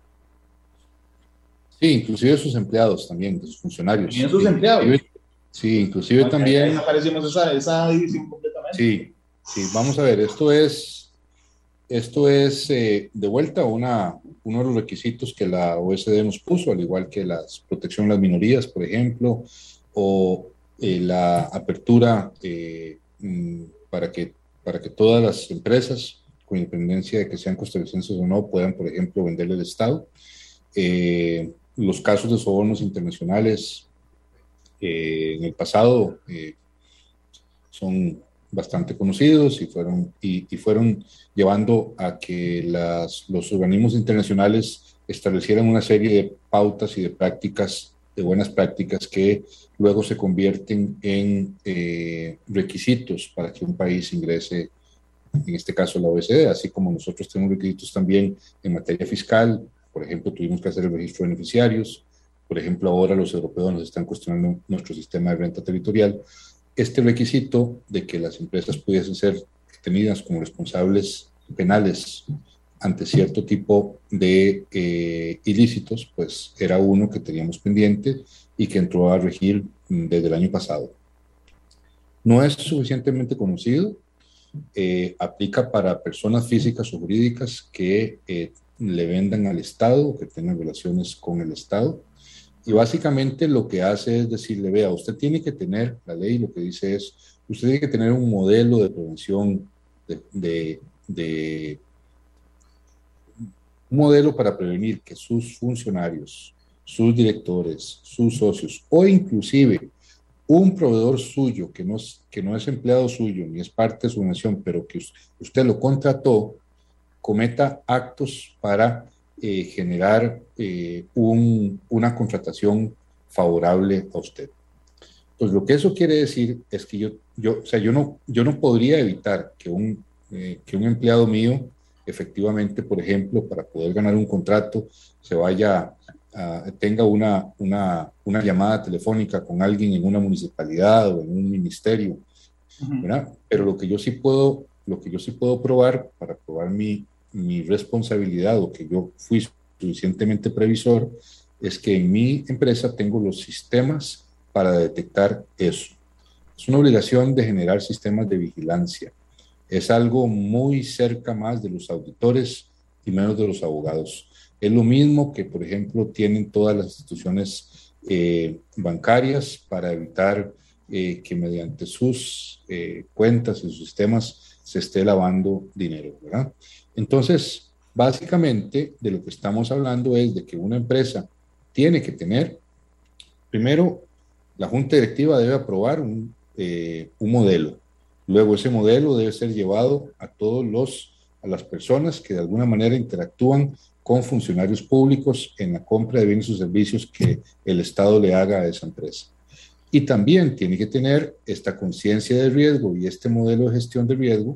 Sí, inclusive sus empleados también, de sus funcionarios. ¿Y sus empleados? Sí, inclusive no, también... Desaparecimos esa, esa división completamente. Sí, sí, vamos a ver, esto es, esto es eh, de vuelta una, uno de los requisitos que la O E C D nos puso, al igual que la protección de las minorías, por ejemplo, o eh, la apertura eh, para, que, para que todas las empresas, con independencia de que sean costarricenses o no, puedan, por ejemplo, venderle al Estado. Eh, los casos de sobornos internacionales eh, en el pasado eh, son bastante conocidos y fueron, y, y fueron llevando a que las, los organismos internacionales establecieran una serie de pautas y de prácticas, de buenas prácticas, que luego se convierten en eh, requisitos para que un país ingrese, en este caso la O E C D, así como nosotros tenemos requisitos también en materia fiscal. Por ejemplo, tuvimos que hacer el registro de beneficiarios. Por ejemplo, ahora los europeos nos están cuestionando nuestro sistema de renta territorial. Este requisito de que las empresas pudiesen ser tenidas como responsables penales ante cierto tipo de eh, ilícitos, pues era uno que teníamos pendiente y que entró a regir desde el año pasado. No es suficientemente conocido. Eh, aplica para personas físicas o jurídicas que eh, le vendan al Estado, que tengan relaciones con el Estado, y básicamente lo que hace es decirle, vea, usted tiene que tener, la ley lo que dice es, usted tiene que tener un modelo de prevención, de, de, de un modelo para prevenir que sus funcionarios, sus directores, sus socios, o inclusive un proveedor suyo que no es, que no es empleado suyo ni es parte de su nación, pero que usted lo contrató, cometa actos para eh, generar eh, un, una contratación favorable a usted. Pues lo que eso quiere decir es que yo, yo, o sea, yo, no, yo no podría evitar que un, eh, que un empleado mío efectivamente, por ejemplo, para poder ganar un contrato, se vaya, a, tenga una, una, una llamada telefónica con alguien en una municipalidad o en un ministerio, ¿verdad? Uh-huh. Pero lo que yo sí puedo, lo que yo sí puedo probar, para probar mi, mi responsabilidad o que yo fui suficientemente previsor, es que en mi empresa tengo los sistemas para detectar eso. Es una obligación de generar sistemas de vigilancia. Es algo muy cerca más de los auditores y menos de los abogados. Es lo mismo que, por ejemplo, tienen todas las instituciones eh, bancarias para evitar eh, que mediante sus eh, cuentas y sus sistemas se esté lavando dinero, ¿verdad? Entonces, básicamente, de lo que estamos hablando es de que una empresa tiene que tener, primero, la junta directiva debe aprobar un, eh, un modelo. Luego ese modelo debe ser llevado a todos los, a las personas que de alguna manera interactúan con funcionarios públicos en la compra de bienes o servicios que el Estado le haga a esa empresa. Y también tiene que tener esta conciencia de riesgo y este modelo de gestión de riesgo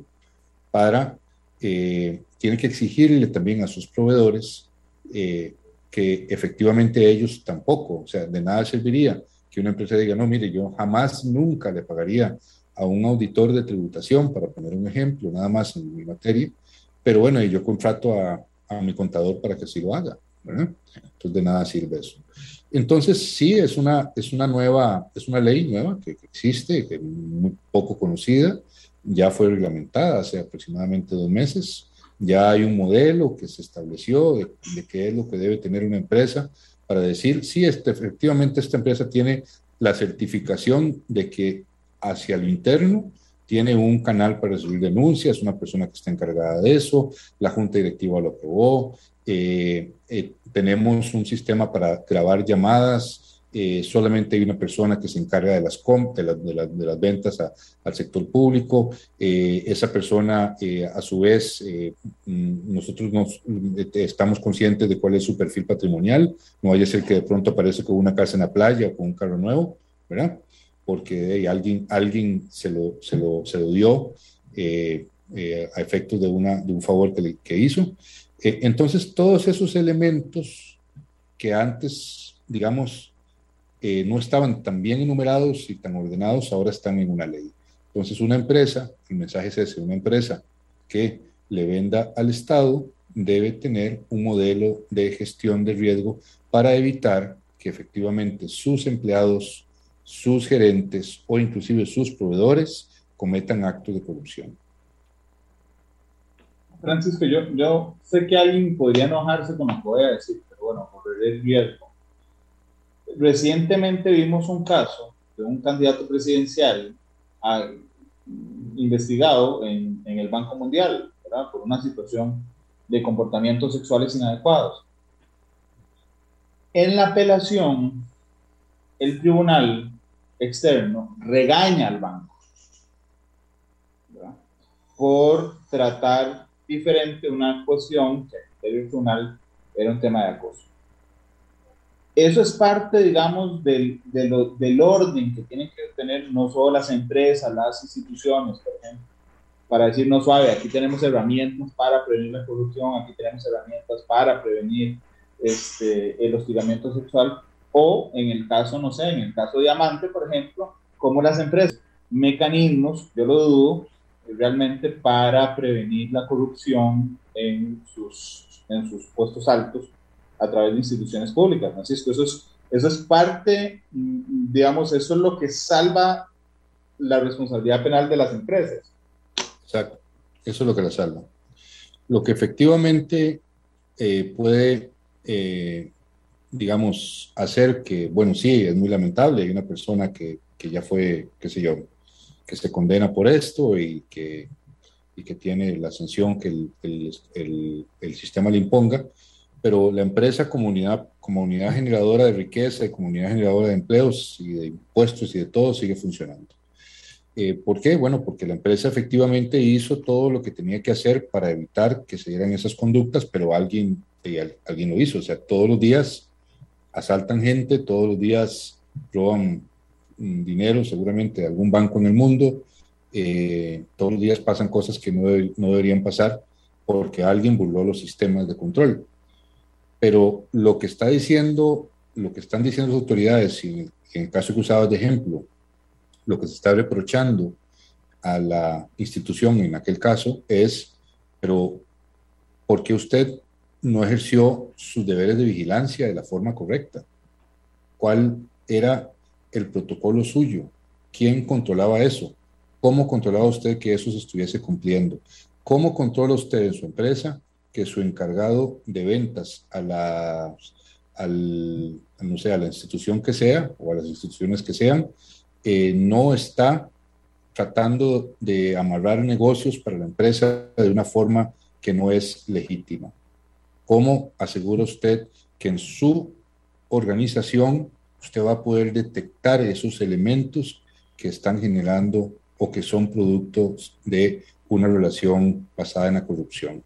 para, eh, tiene que exigirle también a sus proveedores eh, que efectivamente ellos tampoco, o sea, de nada serviría que una empresa diga, no, mire, yo jamás, nunca le pagaría a un auditor de tributación, para poner un ejemplo, nada más en mi materia, pero bueno, yo contrato a, a mi contador para que así lo haga, ¿verdad? Entonces de nada sirve eso. Entonces sí, es una, es una nueva, es una ley nueva que, que existe, que es muy poco conocida, ya fue reglamentada hace aproximadamente dos meses, ya hay un modelo que se estableció de, de qué es lo que debe tener una empresa para decir, sí, este, efectivamente esta empresa tiene la certificación de que hacia lo interno tiene un canal para recibir denuncias, una persona que está encargada de eso, la junta directiva lo aprobó, eh, eh, tenemos un sistema para grabar llamadas, eh, solamente hay una persona que se encarga de las, comp de, la, de, la, de las ventas a, al sector público, eh, esa persona eh, a su vez, eh, nosotros nos, eh, estamos conscientes de cuál es su perfil patrimonial, no vaya a ser que de pronto aparece con una casa en la playa o con un carro nuevo, ¿verdad? Porque hey, alguien, alguien se, lo, se, lo, se lo dio eh, eh, a efectos de, una, de un favor que, le, que hizo. Eh, entonces, todos esos elementos que antes, digamos, eh, no estaban tan bien enumerados y tan ordenados, ahora están en una ley. Entonces, una empresa, el mensaje es ese, una empresa que le venda al Estado debe tener un modelo de gestión de riesgo para evitar que efectivamente sus empleados, sus gerentes o inclusive sus proveedores cometan actos de corrupción. Francisco, yo, yo sé que alguien podría enojarse con lo que voy a decir, pero bueno, correr el riesgo. Recientemente vimos un caso de un candidato presidencial a, investigado en, en el Banco Mundial, ¿verdad? Por una situación de comportamientos sexuales inadecuados. En la apelación, el tribunal externo regaña al banco, ¿verdad? Por tratar diferente una cuestión que el tribunal era un tema de acoso. Eso es parte, digamos, del, de lo, del orden que tienen que tener no solo las empresas, las instituciones, por ejemplo, para decir, no suave, aquí tenemos herramientas para prevenir la corrupción, aquí tenemos herramientas para prevenir este, el hostigamiento sexual, o en el caso, no sé, en el caso de Diamante, por ejemplo, como las empresas, mecanismos, yo lo dudo, realmente para prevenir la corrupción en sus, en sus puestos altos a través de instituciones públicas. Así es que eso es, eso es parte, digamos, eso es lo que salva la responsabilidad penal de las empresas. Exacto, eso es lo que la salva. Lo que efectivamente eh, puede, eh, digamos, hacer que, bueno, sí, es muy lamentable, hay una persona que, que ya fue, qué sé yo, que se condena por esto y que, y que tiene la sanción que el, el, el, el sistema le imponga, pero la empresa como unidad, como unidad generadora de riqueza, como unidad generadora de empleos y de impuestos y de todo sigue funcionando. Eh, ¿Por qué? Bueno, porque la empresa efectivamente hizo todo lo que tenía que hacer para evitar que se dieran esas conductas, pero alguien, eh, alguien lo hizo. O sea, todos los días asaltan gente, todos los días roban mm, dinero, seguramente de algún banco en el mundo. Eh, todos los días pasan cosas que no, de, no deberían pasar porque alguien burló los sistemas de control. Pero lo que está diciendo, lo que están diciendo las autoridades, y en el caso que usabas de ejemplo, lo que se está reprochando a la institución en aquel caso es, pero ¿por qué usted no ejerció sus deberes de vigilancia de la forma correcta? ¿Cuál era el protocolo suyo? ¿Quién controlaba eso? ¿Cómo controlaba usted que eso se estuviese cumpliendo? ¿Cómo controla usted en su empresa que su encargado de ventas a la, al, no sé, a la institución que sea o a las instituciones que sean, eh, no está tratando de amarrar negocios para la empresa de una forma que no es legítima? ¿Cómo asegura usted que en su organización usted va a poder detectar esos elementos que están generando o que son productos de una relación basada en la corrupción?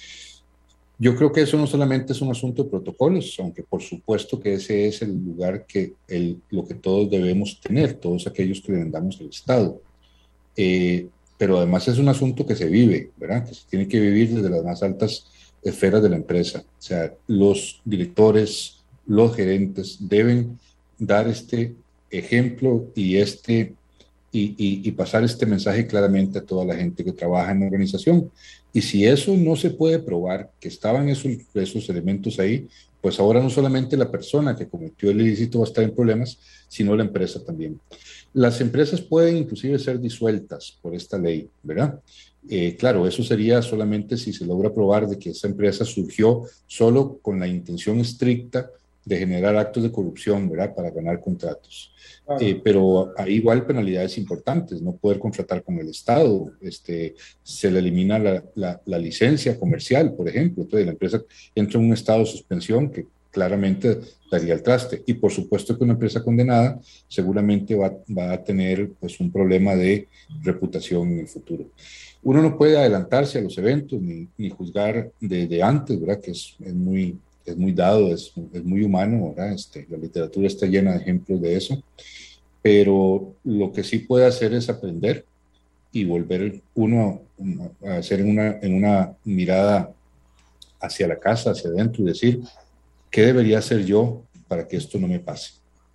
Yo creo que eso no solamente es un asunto de protocolos, aunque por supuesto que ese es el lugar que el, lo que todos debemos tener, todos aquellos que le vendamos al Estado. Eh, pero además es un asunto que se vive, ¿verdad? Que se tiene que vivir desde las más altas esferas de la empresa. O sea, los directores, los gerentes deben dar este ejemplo y, este, y, y, y pasar este mensaje claramente a toda la gente que trabaja en la organización. Y si eso no se puede probar, que estaban esos, esos elementos ahí, pues ahora no solamente la persona que cometió el ilícito va a estar en problemas, sino la empresa también. Las empresas pueden inclusive ser disueltas por esta ley, ¿verdad? Eh, claro, eso sería solamente si se logra probar de que esa empresa surgió solo con la intención estricta de generar actos de corrupción, ¿verdad? Para ganar contratos. Claro. Eh, pero hay igual penalidades importantes, no poder contratar con el Estado, este, se le elimina la, la, la licencia comercial, por ejemplo, entonces la empresa entra en un estado de suspensión que claramente daría el traste. Y por supuesto que una empresa condenada seguramente va, va a tener pues, un problema de reputación en el futuro. Uno no puede adelantarse a los eventos ni, ni juzgar desde antes, ¿verdad? Que es, es, muy, es muy dado, es, es muy humano, ¿verdad? Este, la literatura está llena de ejemplos de eso. Pero lo que sí puede hacer es aprender y volver uno a hacer una, en una mirada hacia la casa, hacia adentro y decir, ¿qué debería hacer yo para que esto no me pase?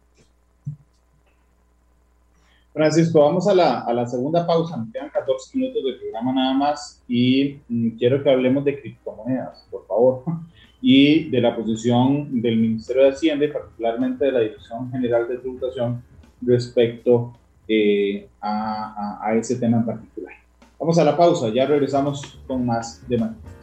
Francisco, vamos a la, a la segunda pausa. Nos quedan catorce minutos de programa nada más y mm, quiero que hablemos de criptomonedas, por favor, y de la posición del Ministerio de Hacienda y particularmente de la Dirección General de Tributación respecto eh, a, a, a ese tema en particular. Vamos a la pausa, ya regresamos con más de Matices.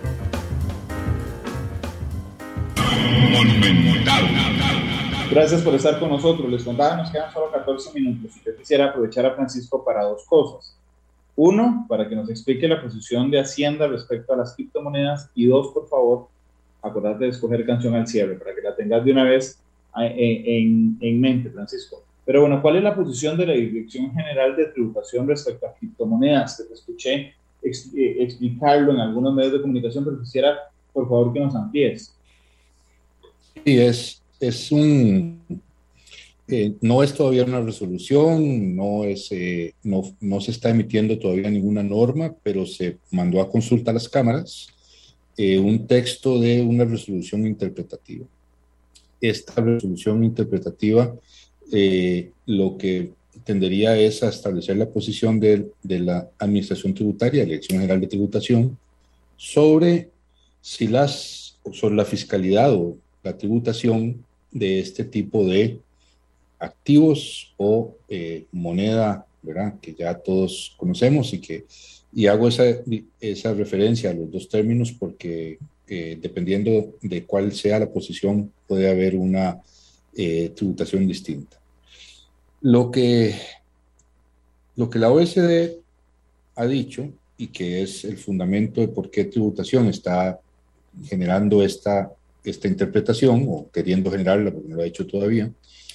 Monumental. Gracias por estar con nosotros. Les contaba, nos quedan solo catorce minutos y yo quisiera aprovechar a Francisco para dos cosas. Uno, para que nos explique la posición de Hacienda respecto a las criptomonedas, y dos, por favor, acordate de escoger canción al cierre para que la tengas de una vez en, en, en mente, Francisco. Pero bueno, ¿cuál es la posición de la Dirección General de Tributación respecto a criptomonedas? Que te escuché ex, eh, explicarlo en algunos medios de comunicación, pero quisiera, por favor, que nos amplíes. Sí, es, es un... Eh, no es todavía una resolución, no, es, eh, no, no se está emitiendo todavía ninguna norma, pero se mandó a consulta a las cámaras eh, un texto de una resolución interpretativa. Esta resolución interpretativa eh, lo que tendería es a establecer la posición de, de la Administración Tributaria, la Dirección General de Tributación, sobre si las, sobre la fiscalidad o la tributación de este tipo de activos o eh, moneda, ¿verdad? Que ya todos conocemos y que y hago esa, esa referencia a los dos términos porque eh, dependiendo de cuál sea la posición puede haber una eh, tributación distinta. Lo que, lo que la O E C D ha dicho y que es el fundamento de por qué tributación está generando esta esta interpretación, o queriendo generarla porque no lo ha hecho todavía,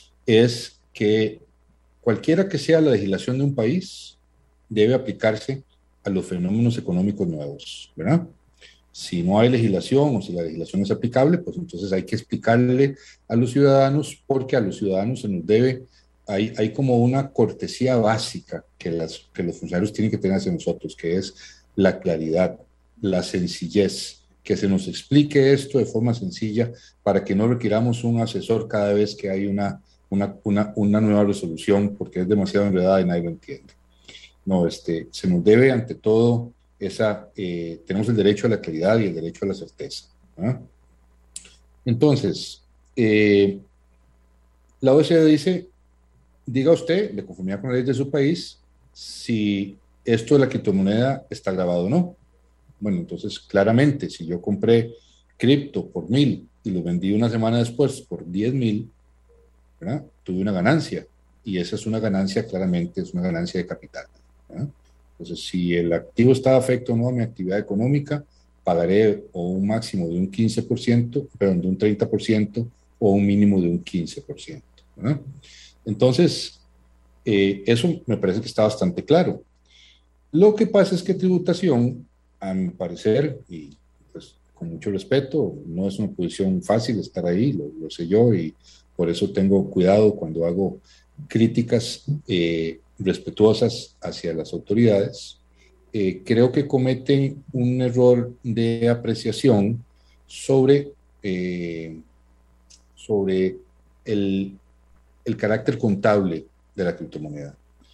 es que cualquiera que sea la legislación de un país debe aplicarse a los fenómenos económicos nuevos, ¿verdad? Si no hay legislación o si la legislación es aplicable, pues entonces hay que explicarle a los ciudadanos, porque a los ciudadanos se nos debe, hay, hay como una cortesía básica que, las, que los funcionarios tienen que tener hacia nosotros, que es la claridad, la sencillez, que se nos explique esto de forma sencilla para que no requiramos un asesor cada vez que hay una, una, una, una nueva resolución, porque es demasiado enredada y nadie lo entiende. No, este, se nos debe ante todo esa, eh, tenemos el derecho a la claridad y el derecho a la certeza, ¿verdad? Entonces, eh, la O E C D dice, diga usted, de conformidad con la ley de su país, si esto de la criptomoneda está grabado o no. Bueno, entonces, claramente, si yo compré cripto por mil y lo vendí una semana después por diez mil, ¿verdad? Tuve una ganancia, y esa es una ganancia, claramente, es una ganancia de capital, ¿verdad? Entonces, si el activo está afecto o no a mi actividad económica, pagaré o un máximo de un quince por ciento, perdón, de un treinta por ciento o un mínimo de un quince por ciento, ¿verdad? Entonces, eh, eso me parece que está bastante claro. Lo que pasa es que tributación, a mi parecer, y pues con mucho respeto, no es una posición fácil estar ahí, lo, lo sé yo, y por eso tengo cuidado cuando hago críticas eh, respetuosas hacia las autoridades. Eh, creo que cometen un error de apreciación sobre, eh, sobre el, el carácter contable de la criptomoneda.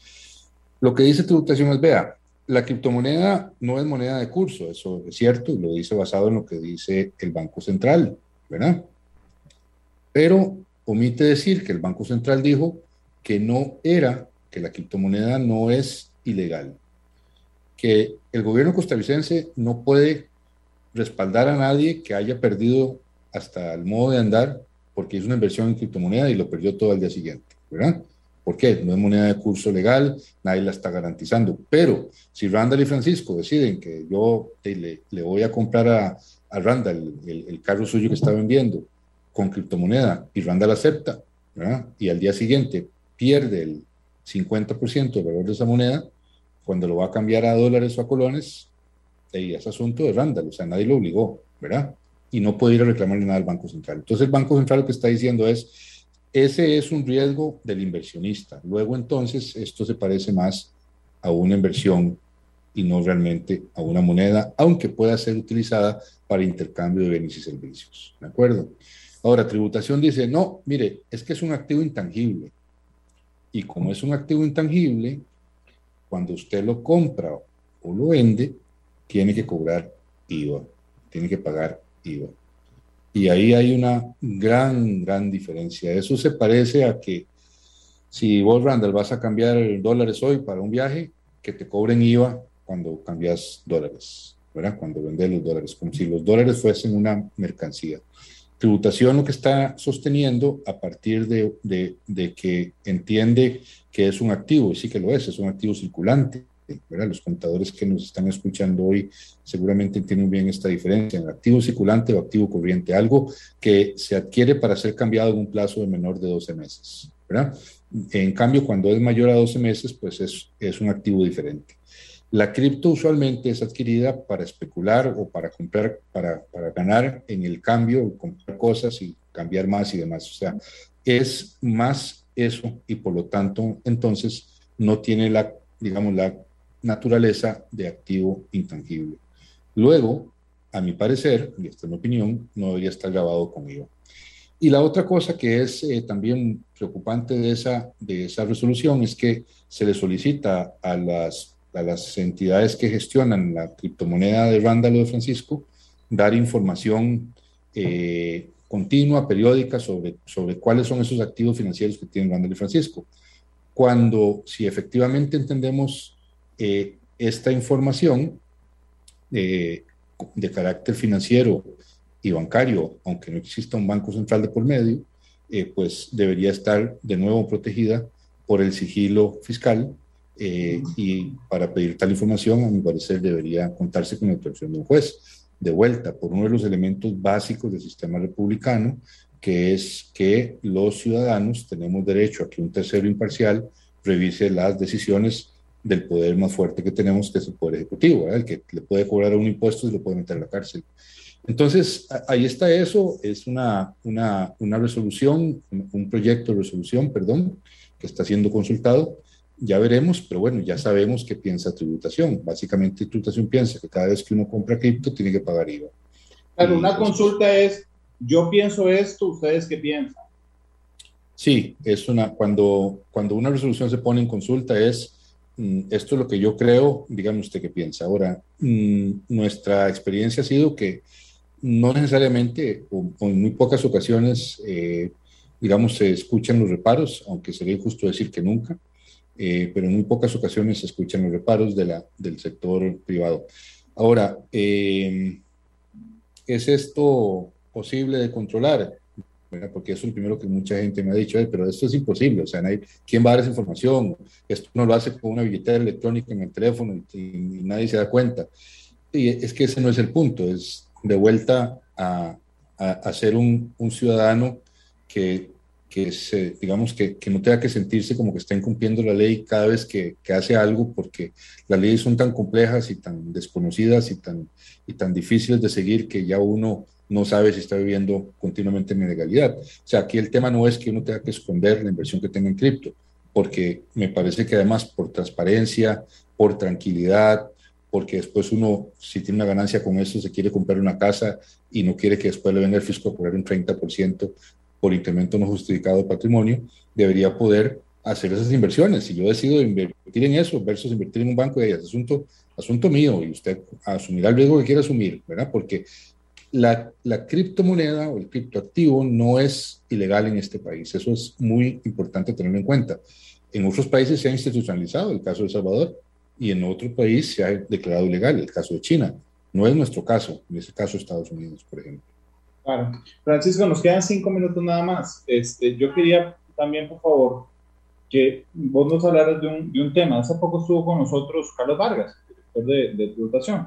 Lo que dice tributación es, vea, la criptomoneda no es moneda de curso, eso es cierto, y lo dice basado en lo que dice el Banco Central, ¿verdad? Pero omite decir que el Banco Central dijo que no era, que la criptomoneda no es ilegal, que el gobierno costarricense no puede respaldar a nadie que haya perdido hasta el modo de andar porque hizo una inversión en criptomoneda y lo perdió todo al día siguiente, ¿verdad? ¿Por qué? No es moneda de curso legal, nadie la está garantizando. Pero si Randall y Francisco deciden que yo le, le voy a comprar a, a Randall el, el carro suyo que está vendiendo con criptomoneda y Randall acepta, ¿verdad? Y al día siguiente pierde el cincuenta por ciento del valor de esa moneda, cuando lo va a cambiar a dólares o a colones, y es asunto de Randall, o sea, nadie lo obligó, ¿verdad? Y no puede ir a reclamarle nada al Banco Central. Entonces el Banco Central lo que está diciendo es, ese es un riesgo del inversionista. Luego entonces esto se parece más a una inversión y no realmente a una moneda, aunque pueda ser utilizada para intercambio de bienes y servicios, ¿de acuerdo? Ahora, tributación dice, no, mire, es que es un activo intangible. Y como es un activo intangible, cuando usted lo compra o lo vende, tiene que cobrar I V A, tiene que pagar I V A. Y ahí hay una gran, gran diferencia. Eso se parece a que si vos, Randall, vas a cambiar dólares hoy para un viaje, que te cobren I V A cuando cambias dólares, ¿verdad? Cuando vendes los dólares, como si los dólares fuesen una mercancía. Tributación lo que está sosteniendo a partir de, de, de que entiende que es un activo, y sí que lo es, es un activo circulante, ¿verdad? Los contadores que nos están escuchando hoy seguramente entienden bien esta diferencia en activo circulante o activo corriente, algo que se adquiere para ser cambiado en un plazo de menor de doce meses, ¿verdad? En cambio, cuando es mayor a doce meses, pues es, es un activo diferente. La cripto usualmente es adquirida para especular o para comprar, para, para ganar en el cambio, comprar cosas y cambiar más y demás. O sea, es más eso y por lo tanto, entonces, no tiene la, digamos, la naturaleza de activo intangible. Luego, a mi parecer, y esta es mi opinión, no debería estar grabado con I V A. Y la otra cosa que es eh, también preocupante de esa, de esa resolución es que se le solicita a las, a las entidades que gestionan la criptomoneda de Randall o de Francisco dar información eh, continua, periódica, sobre, sobre cuáles son esos activos financieros que tienen Randall y Francisco. Cuando, si efectivamente entendemos eh, esta información eh, de carácter financiero y bancario, aunque no exista un banco central de por medio, eh, pues debería estar de nuevo protegida por el sigilo fiscal eh, y para pedir tal información, a mi parecer, debería contarse con la autorización de un juez. de vuelta por uno de los elementos básicos del sistema republicano, que es que los ciudadanos tenemos derecho a que un tercero imparcial revise las decisiones del poder más fuerte que tenemos, que es el poder ejecutivo, ¿verdad? El que le puede cobrar un impuesto y lo puede meter a la cárcel. Entonces, ahí está eso, es una, una, una resolución, un proyecto de resolución, perdón, que está siendo consultado. Ya veremos, pero bueno, ya sabemos qué piensa tributación. Básicamente, tributación piensa que cada vez que uno compra cripto tiene que pagar I V A. Claro, una consulta es, yo pienso esto, ¿ustedes qué piensan? Sí, es una, cuando, cuando una resolución se pone en consulta es, mm, esto es lo que yo creo, dígame usted qué piensa. Ahora, mm, nuestra experiencia ha sido que no necesariamente, o, o en muy pocas ocasiones, eh, digamos, se escuchan los reparos, aunque sería injusto decir que nunca, eh, pero en muy pocas ocasiones se escuchan los reparos de la, del sector privado. Ahora, eh, ¿es esto posible de controlar? ¿Verdad? Porque eso es lo primero que mucha gente me ha dicho, eh, pero esto es imposible, o sea, nadie, ¿quién va a dar esa información? Esto no lo hace con una billetera electrónica en el teléfono y, y, y nadie se da cuenta. Y es que ese no es el punto, es de vuelta a, a, a ser un, un ciudadano que, que se, digamos, que, que no tenga que sentirse como que está incumpliendo la ley cada vez que, que hace algo, porque las leyes son tan complejas y tan desconocidas y tan, y tan difíciles de seguir que ya uno no sabe si está viviendo continuamente en ilegalidad. O sea, aquí el tema no es que uno tenga que esconder la inversión que tenga en cripto, porque me parece que además por transparencia, por tranquilidad, porque después uno, si tiene una ganancia con eso, se quiere comprar una casa y no quiere que después le venga el fisco a cobrar un treinta por ciento por incremento no justificado de patrimonio, debería poder hacer esas inversiones. Si yo decido invertir en eso versus invertir en un banco, es asunto, asunto mío y usted asumirá el riesgo que quiera asumir, ¿verdad? Porque la, la criptomoneda o el criptoactivo no es ilegal en este país. Eso es muy importante tenerlo en cuenta. En otros países se ha institucionalizado, el caso de El Salvador, y en otro país se ha declarado ilegal, el caso de China. No es nuestro caso, en este caso Estados Unidos, por ejemplo. Claro. Francisco, nos quedan cinco minutos nada más. Este, yo quería también, por favor, que vos nos hablaras de un, de un tema. Hace poco estuvo con nosotros Carlos Vargas, director de, de tributación.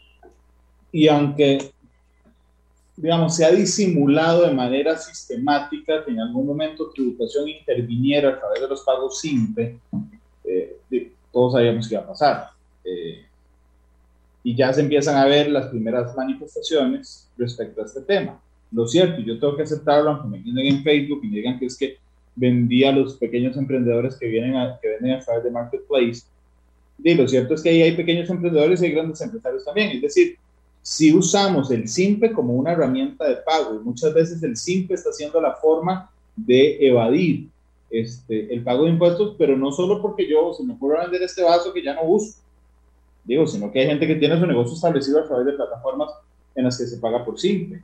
Y aunque, digamos, se ha disimulado de manera sistemática que en algún momento tributación interviniera a través de los pagos SIMPE, eh, todos sabíamos que iba a pasar. Eh, y ya se empiezan a ver las primeras manifestaciones respecto a este tema. Lo cierto, y yo tengo que aceptarlo, aunque me digan en Facebook y me digan que es que vendía a los pequeños emprendedores que, vienen a, que venden a través de Marketplace. Y lo cierto es que ahí hay pequeños emprendedores y hay grandes empresarios también. Es decir, si usamos el SIMPE como una herramienta de pago, y muchas veces el SIMPE está siendo la forma de evadir este, el pago de impuestos, pero no solo porque yo se me ocurre vender este vaso que ya no uso, digo, sino que hay gente que tiene su negocio establecido a través de plataformas en las que se paga por SIMPE.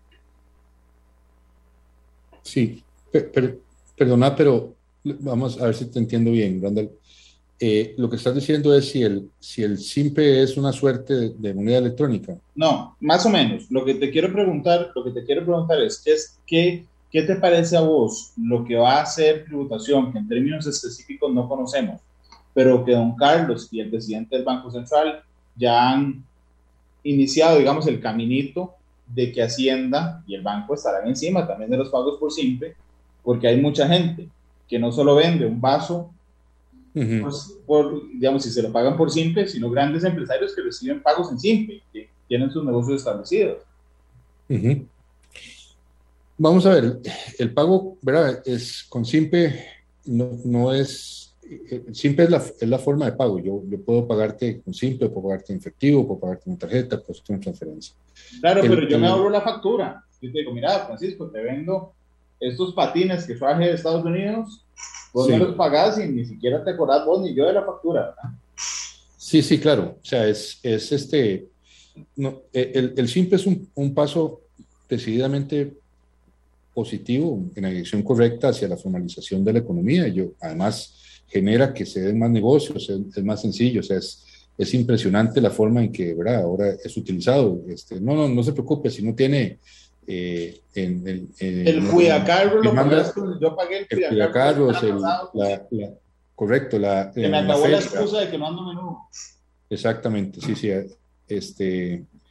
Sí, per, per, perdona, pero vamos a ver si te entiendo bien, Randall. Eh, lo que estás diciendo es si el, si el SIMPE es una suerte de, de moneda electrónica. No, más o menos. Lo que te quiero preguntar, lo que te quiero preguntar es, ¿qué, es qué, ¿qué te parece a vos lo que va a hacer tributación, que en términos específicos no conocemos, pero que don Carlos y el presidente del Banco Central ya han iniciado, digamos, el caminito de que Hacienda y el banco estarán encima también de los pagos por SIMPE, porque hay mucha gente que no solo vende un vaso, uh-huh. pues, por, digamos, si se lo pagan por SIMPE, sino grandes empresarios que reciben pagos en SIMPE, que tienen sus negocios establecidos. Uh-huh. Vamos a ver, el pago, ¿verdad? Es, con SIMPE no, no es... SIMPE es la, es la forma de pago. Yo, yo puedo pagarte con SIMPE, puedo pagarte en efectivo, puedo pagarte con tarjeta, puedo hacer una transferencia. Claro, el, pero yo el, me ahorro la factura. Yo te digo, mira, Francisco, te vendo estos patines que traje de Estados Unidos, vos sí. me los pagás y ni siquiera te acordás vos ni yo de la factura, ¿verdad? Sí, sí, claro. O sea, es, es este... No, el, el SIMPE es un, un paso decididamente positivo en la dirección correcta hacia la formalización de la economía. Yo, además, genera que se den más negocios, es, es más sencillo, o sea, es, es impresionante la forma en que, ¿verdad?, ahora es utilizado. Este, no, no, no se preocupe, si no tiene... Eh, en, en, en, el cuidacarro lo manda, yo pagué el cuidacarro, el, la, la, correcto, la... Que me acabó la, la excusa de que no ando menudo. Exactamente, sí, sí, este...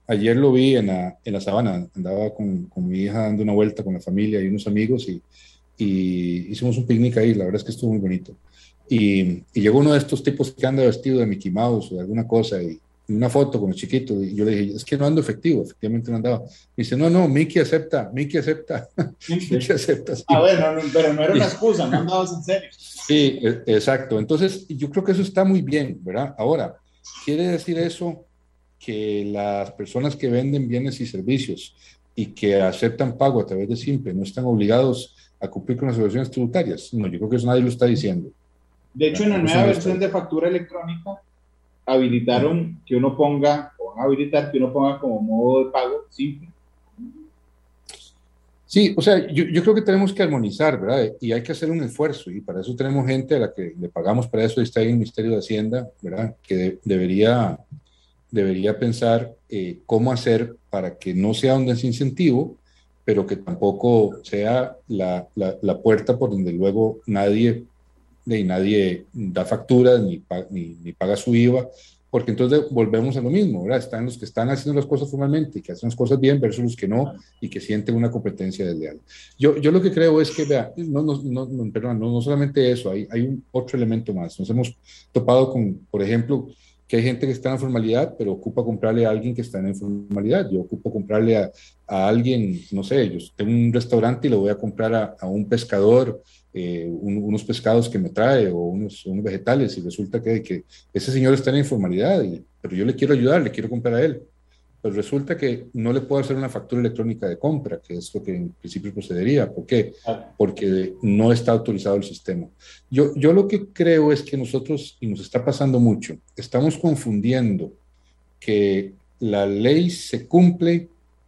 ayer lo vi en la, en la sabana, andaba con, con mi hija dando una vuelta con la familia y unos amigos y, y hicimos un picnic ahí, la verdad es que estuvo muy bonito. Y, y llegó uno de estos tipos que anda vestido de Mickey Mouse o de alguna cosa y, y una foto con el chiquito y yo le dije, es que no ando efectivo, efectivamente no andaba. Y dice, no, no, Mickey acepta, Mickey acepta, Mickey acepta. Sí. Ah, bueno, no, pero no era una excusa, no andabas en serio. Sí, exacto. Entonces, yo creo que eso está muy bien, ¿verdad? Ahora, ¿quiere decir eso que las personas que venden bienes y servicios y que aceptan pago a través de Simple no están obligados a cumplir con las obligaciones tributarias? No, yo creo que eso nadie lo está diciendo. De hecho, en la nueva versión de factura electrónica habilitaron que uno ponga, o van a habilitar que uno ponga como modo de pago Simple. Sí, o sea, yo, yo creo que tenemos que armonizar, ¿verdad? Y hay que hacer un esfuerzo, y para eso tenemos gente a la que le pagamos para eso, y está ahí el Ministerio de Hacienda, ¿verdad? Que de, debería, debería pensar eh, cómo hacer para que no sea un desincentivo, pero que tampoco sea la, la, la puerta por donde luego nadie, de, nadie da facturas ni, ni, ni paga su I V A, porque entonces volvemos a lo mismo, ¿verdad? Están los que están haciendo las cosas formalmente y que hacen las cosas bien versus los que no y que sienten una competencia desleal. Yo, yo lo que creo es que, vea, no, no, no, no, perdón, no, no solamente eso, hay, hay un otro elemento más. Nos hemos topado con, por ejemplo, que hay gente que está en la formalidad, pero ocupa comprarle a alguien que está en la informalidad. Yo ocupo comprarle a, a alguien, no sé, yo tengo un restaurante y le voy a comprar a, a un pescador eh, un, unos pescados que me trae o unos, unos vegetales y resulta que, que ese señor está en la informalidad, y, pero yo le quiero ayudar, le quiero comprar a él. Pero resulta que no le puedo hacer una factura electrónica de compra, que es lo que en principio procedería. ¿Por qué? Porque no está autorizado el sistema. Yo, yo lo que creo es que nosotros, y nos está pasando mucho, estamos confundiendo que la ley se cumple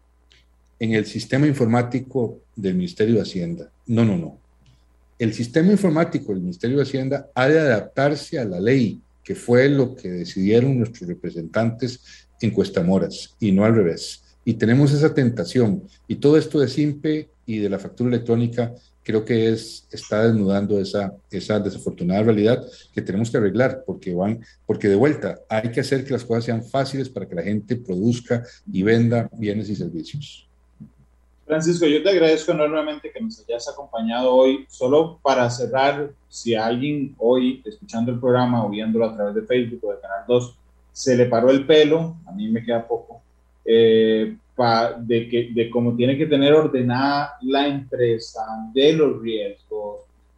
en el sistema informático del Ministerio de Hacienda. No, no, no. El sistema informático del Ministerio de Hacienda ha de adaptarse a la ley, que fue lo que decidieron nuestros representantes en Cuestamoras, y no al revés. Y tenemos esa tentación, y todo esto de Simpe y de la factura electrónica creo que es, está desnudando esa, esa desafortunada realidad que tenemos que arreglar, porque, van, porque de vuelta hay que hacer que las cosas sean fáciles para que la gente produzca y venda bienes y servicios. Francisco, yo te agradezco enormemente que nos hayas acompañado hoy. Solo para cerrar, si a alguien hoy, escuchando el programa o viéndolo a través de Facebook o de Canal dos, se le paró el pelo, a mí me queda poco, eh, pa, de, que, de cómo tiene que tener ordenada la empresa, de los riesgos,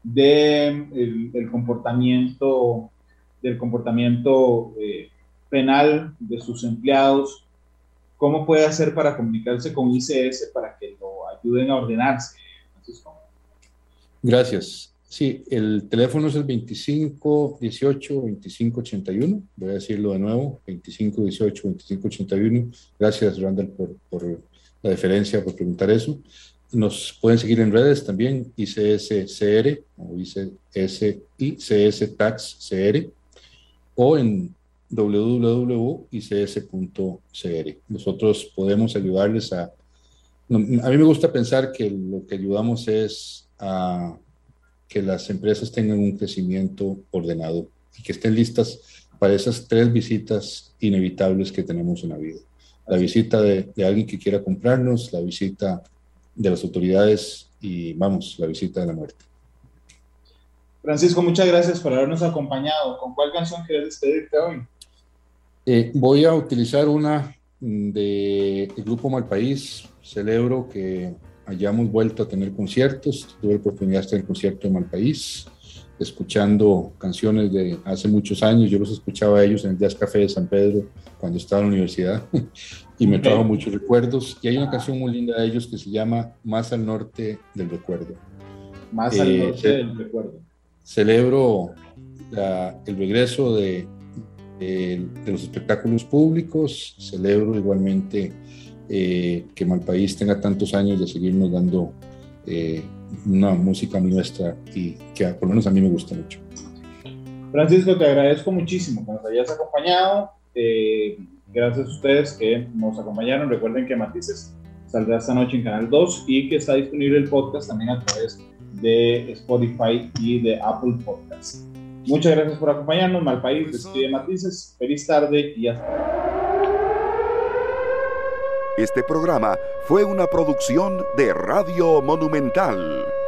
de el, el comportamiento, del comportamiento eh, penal de sus empleados. ¿Cómo puede hacer para comunicarse con I C S para que lo ayuden a ordenarse, Francisco? Gracias. Sí, el teléfono es el veinticinco dieciocho veinticinco ochenta y uno. Voy a decirlo de nuevo, veinticinco dieciocho veinticinco ochenta y uno. Gracias, Randall, por, por la deferencia, por preguntar eso. Nos pueden seguir en redes también, I C S C R o I C S Tax C R, o en w w w punto i c s punto c r. Nosotros podemos ayudarles a... A mí me gusta pensar que lo que ayudamos es a que las empresas tengan un crecimiento ordenado y que estén listas para esas tres visitas inevitables que tenemos en la vida. La visita de, de alguien que quiera comprarnos, la visita de las autoridades y, vamos, la visita de la muerte. Francisco, muchas gracias por habernos acompañado. ¿Con cuál canción quieres despedirte hoy? Eh, voy a utilizar una del Grupo Malpaís. Celebro que hayamos vuelto a tener conciertos. Tuve la oportunidad de estar en el concierto de Malpaís, escuchando canciones de hace muchos años. Yo los escuchaba a ellos en el Jazz Café de San Pedro cuando estaba en la universidad y me trajo muchos recuerdos. Y hay una canción muy linda de ellos que se llama Más al Norte del Recuerdo. Más al eh, Norte del Recuerdo. Celebro la, el regreso de, de, de los espectáculos públicos. Celebro igualmente eh, que Malpaís tenga tantos años de seguirnos dando eh, una música nuestra y que por lo menos a mí me gusta mucho. Francisco, te agradezco muchísimo que nos hayas acompañado. Eh, gracias a ustedes que nos acompañaron. Recuerden que Matices saldrá esta noche en Canal dos y que está disponible el podcast también a través de Spotify y de Apple Podcasts. Muchas gracias por acompañarnos. Malpaís despide Matices. Feliz tarde y hasta luego. Este programa fue una producción de Radio Monumental.